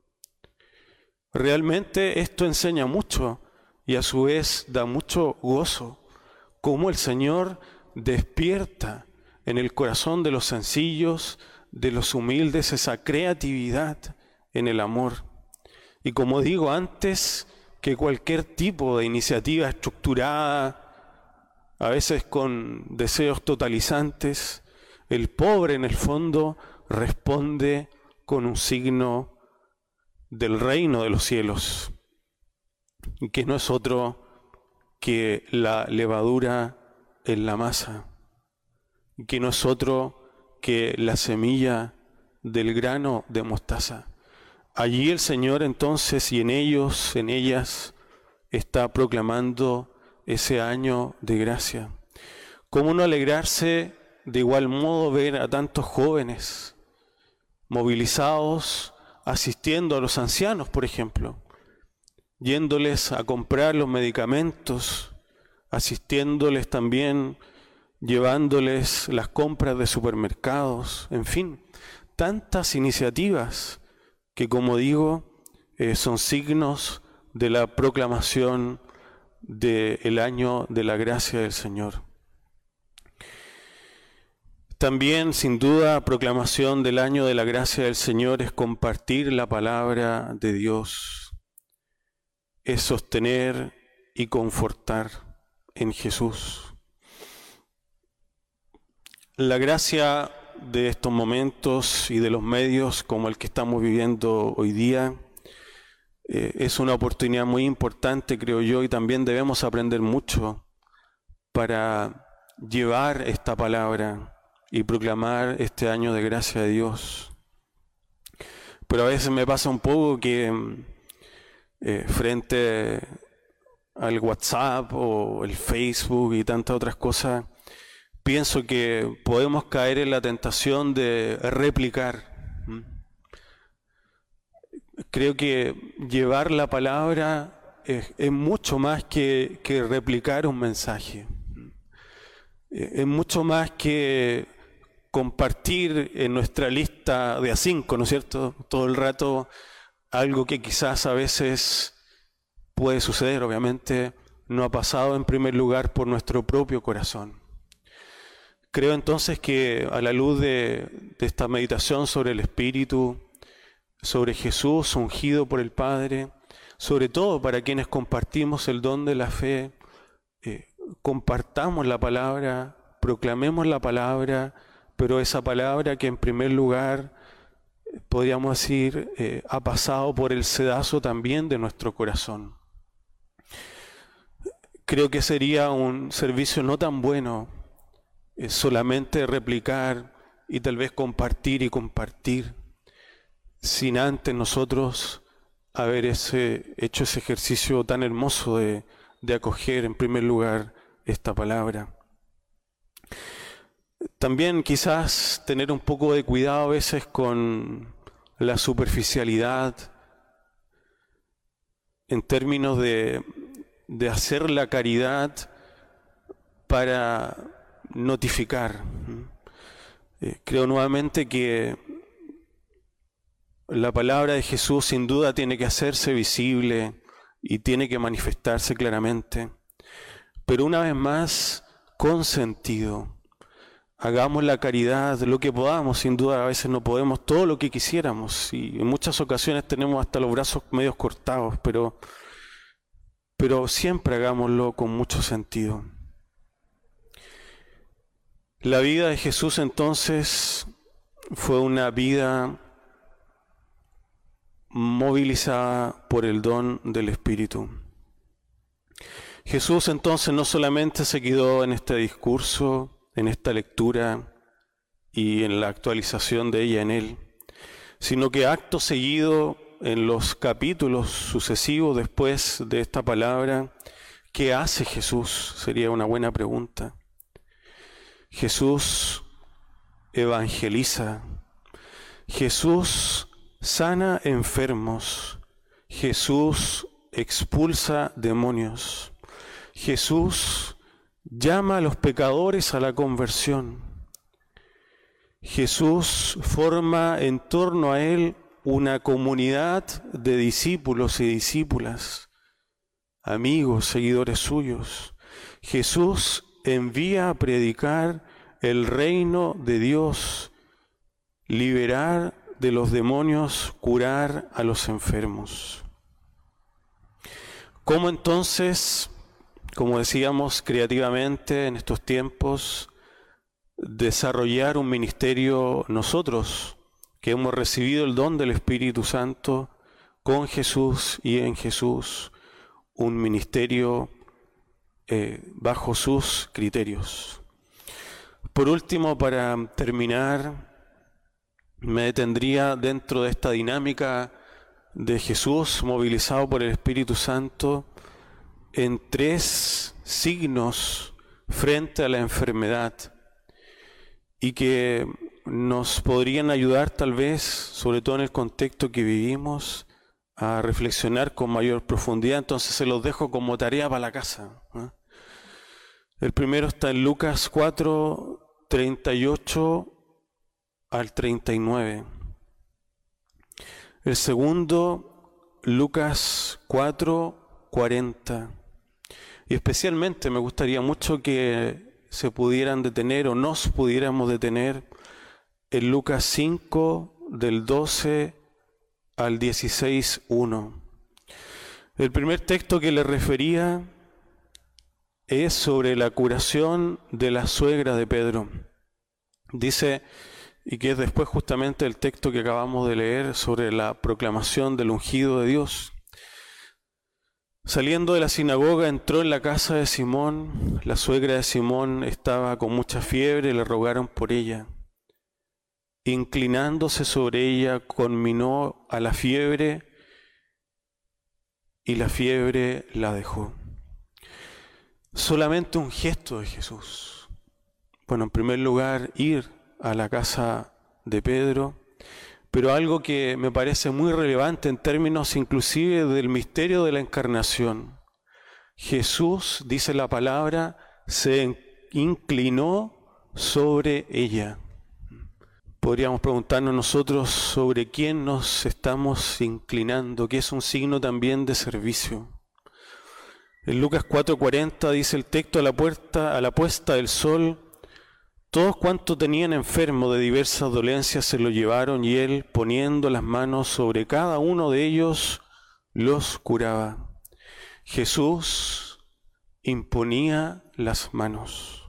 Realmente esto enseña mucho y a su vez da mucho gozo, cómo el Señor despierta en el corazón de los sencillos, de los humildes, esa creatividad en el amor. Y como digo, antes que cualquier tipo de iniciativa estructurada, a veces con deseos totalizantes, el pobre en el fondo responde con un signo del reino de los cielos, que no es otro que la levadura en la masa, que no es otro que la semilla del grano de mostaza. Allí el Señor entonces, y en ellos, en ellas, está proclamando ese año de gracia. ¿Cómo no alegrarse de igual modo ver a tantos jóvenes movilizados, asistiendo a los ancianos, por ejemplo, yéndoles a comprar los medicamentos, asistiéndoles también, llevándoles las compras de supermercados, en fin, tantas iniciativas que, como digo, son signos de la proclamación del año de la gracia del Señor. También, sin duda, proclamación del año de la gracia del Señor es compartir la palabra de Dios, es sostener y confortar en Jesús. La gracia de estos momentos y de los medios como el que estamos viviendo hoy día es una oportunidad muy importante, creo yo, y también debemos aprender mucho para llevar esta palabra y proclamar este año de gracia de Dios. Pero a veces me pasa un poco que frente al WhatsApp o el Facebook y tantas otras cosas, pienso que podemos caer en la tentación de replicar. Creo que llevar la palabra es mucho más que replicar un mensaje. Es mucho más que compartir en nuestra lista de A5, ¿no es cierto? Todo el rato algo que quizás a veces puede suceder, obviamente, no ha pasado en primer lugar por nuestro propio corazón. Creo entonces que a la luz de esta meditación sobre el Espíritu, sobre Jesús ungido por el Padre, sobre todo para quienes compartimos el don de la fe, compartamos la palabra, proclamemos la palabra, pero esa palabra que en primer lugar, podríamos decir, ha pasado por el sedazo también de nuestro corazón. Creo que sería un servicio no tan bueno solamente replicar y tal vez compartir y compartir, sin antes nosotros haber hecho ese ejercicio tan hermoso de acoger en primer lugar esta palabra. También quizás tener un poco de cuidado a veces con la superficialidad en términos de hacer la caridad para notificar. Creo nuevamente que la palabra de Jesús sin duda tiene que hacerse visible y tiene que manifestarse claramente, pero una vez más con sentido. Hagamos la caridad lo que podamos, sin duda a veces no podemos todo lo que quisiéramos y en muchas ocasiones tenemos hasta los brazos medios cortados, pero siempre hagámoslo con mucho sentido. La vida de Jesús entonces fue una vida movilizada por el don del Espíritu. Jesús entonces no solamente se quedó en este discurso, en esta lectura y en la actualización de ella en él, sino que acto seguido en los capítulos sucesivos después de esta palabra, ¿qué hace Jesús? Sería una buena pregunta. Jesús evangeliza, Jesús sana enfermos, Jesús expulsa demonios, Jesús llama a los pecadores a la conversión, Jesús forma en torno a él una comunidad de discípulos y discípulas, amigos, seguidores suyos. Jesús envía a predicar el reino de Dios, liberar de los demonios, curar a los enfermos. ¿Cómo entonces, como decíamos creativamente en estos tiempos, desarrollar un ministerio nosotros, que hemos recibido el don del Espíritu Santo, con Jesús y en Jesús, un ministerio bajo sus criterios? Por último, para terminar, me detendría dentro de esta dinámica de Jesús movilizado por el Espíritu Santo en 3 signos frente a la enfermedad y que nos podrían ayudar tal vez, sobre todo en el contexto que vivimos, a reflexionar con mayor profundidad. Entonces se los dejo como tarea para la casa, ¿eh? El primero está en Lucas 4, 38 al 39. El segundo, Lucas 4:40. Y especialmente me gustaría mucho que se pudieran detener o nos pudiéramos detener en Lucas 5, del 12 al 16:1. El primer texto que le refería es sobre la curación de la suegra de Pedro. Dice, y que es después justamente el texto que acabamos de leer sobre la proclamación del ungido de Dios. Saliendo de la sinagoga, entró en la casa de Simón. La suegra de Simón estaba con mucha fiebre y le rogaron por ella. Inclinándose sobre ella, conminó a la fiebre y la fiebre la dejó. Solamente un gesto de Jesús. Bueno, en primer lugar, ir a la casa de Pedro, pero algo que me parece muy relevante en términos inclusive del misterio de la encarnación. Jesús, dice la palabra, se inclinó sobre ella. Podríamos preguntarnos nosotros sobre quién nos estamos inclinando, que es un signo también de servicio. En Lucas 4:40 dice el texto, a la puesta del sol, todos cuantos tenían enfermo de diversas dolencias se lo llevaron y él, poniendo las manos sobre cada uno de ellos, los curaba. Jesús imponía las manos.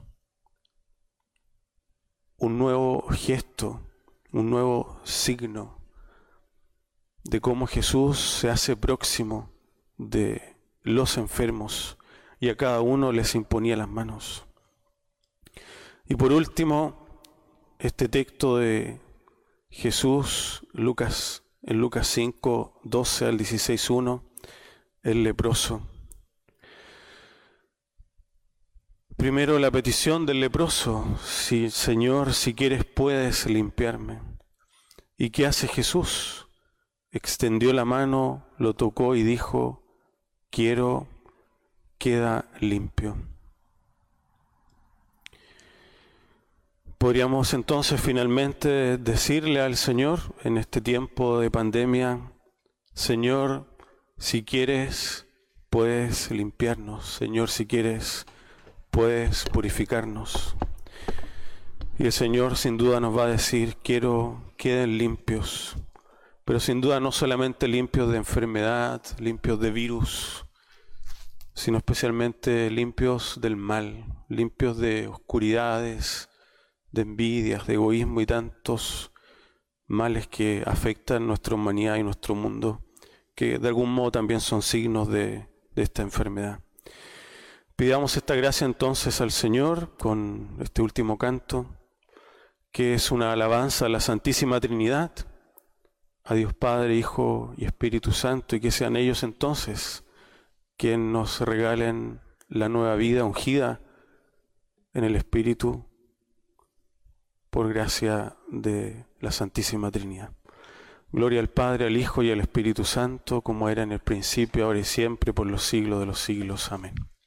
Un nuevo gesto, un nuevo signo de cómo Jesús se hace próximo de los enfermos y a cada uno les imponía las manos. Y por último, este texto de Jesús, en Lucas 5, 12 al 16:1, el leproso. Primero la petición del leproso, sí, Señor, si quieres puedes limpiarme. ¿Y qué hace Jesús? Extendió la mano, lo tocó y dijo, quiero, queda limpio. Podríamos entonces finalmente decirle al Señor en este tiempo de pandemia, Señor, si quieres, puedes limpiarnos. Señor, si quieres, puedes purificarnos. Y el Señor sin duda nos va a decir, quiero, queden limpios. Pero sin duda no solamente limpios de enfermedad, limpios de virus, sino especialmente limpios del mal, limpios de oscuridades, de envidias, de egoísmo y tantos males que afectan nuestra humanidad y nuestro mundo, que de algún modo también son signos de esta enfermedad. Pidamos esta gracia entonces al Señor con este último canto, que es una alabanza a la Santísima Trinidad, a Dios Padre, Hijo y Espíritu Santo, y que sean ellos entonces quienes nos regalen la nueva vida ungida en el Espíritu, por gracia de la Santísima Trinidad. Gloria al Padre, al Hijo y al Espíritu Santo, como era en el principio, ahora y siempre, por los siglos de los siglos. Amén.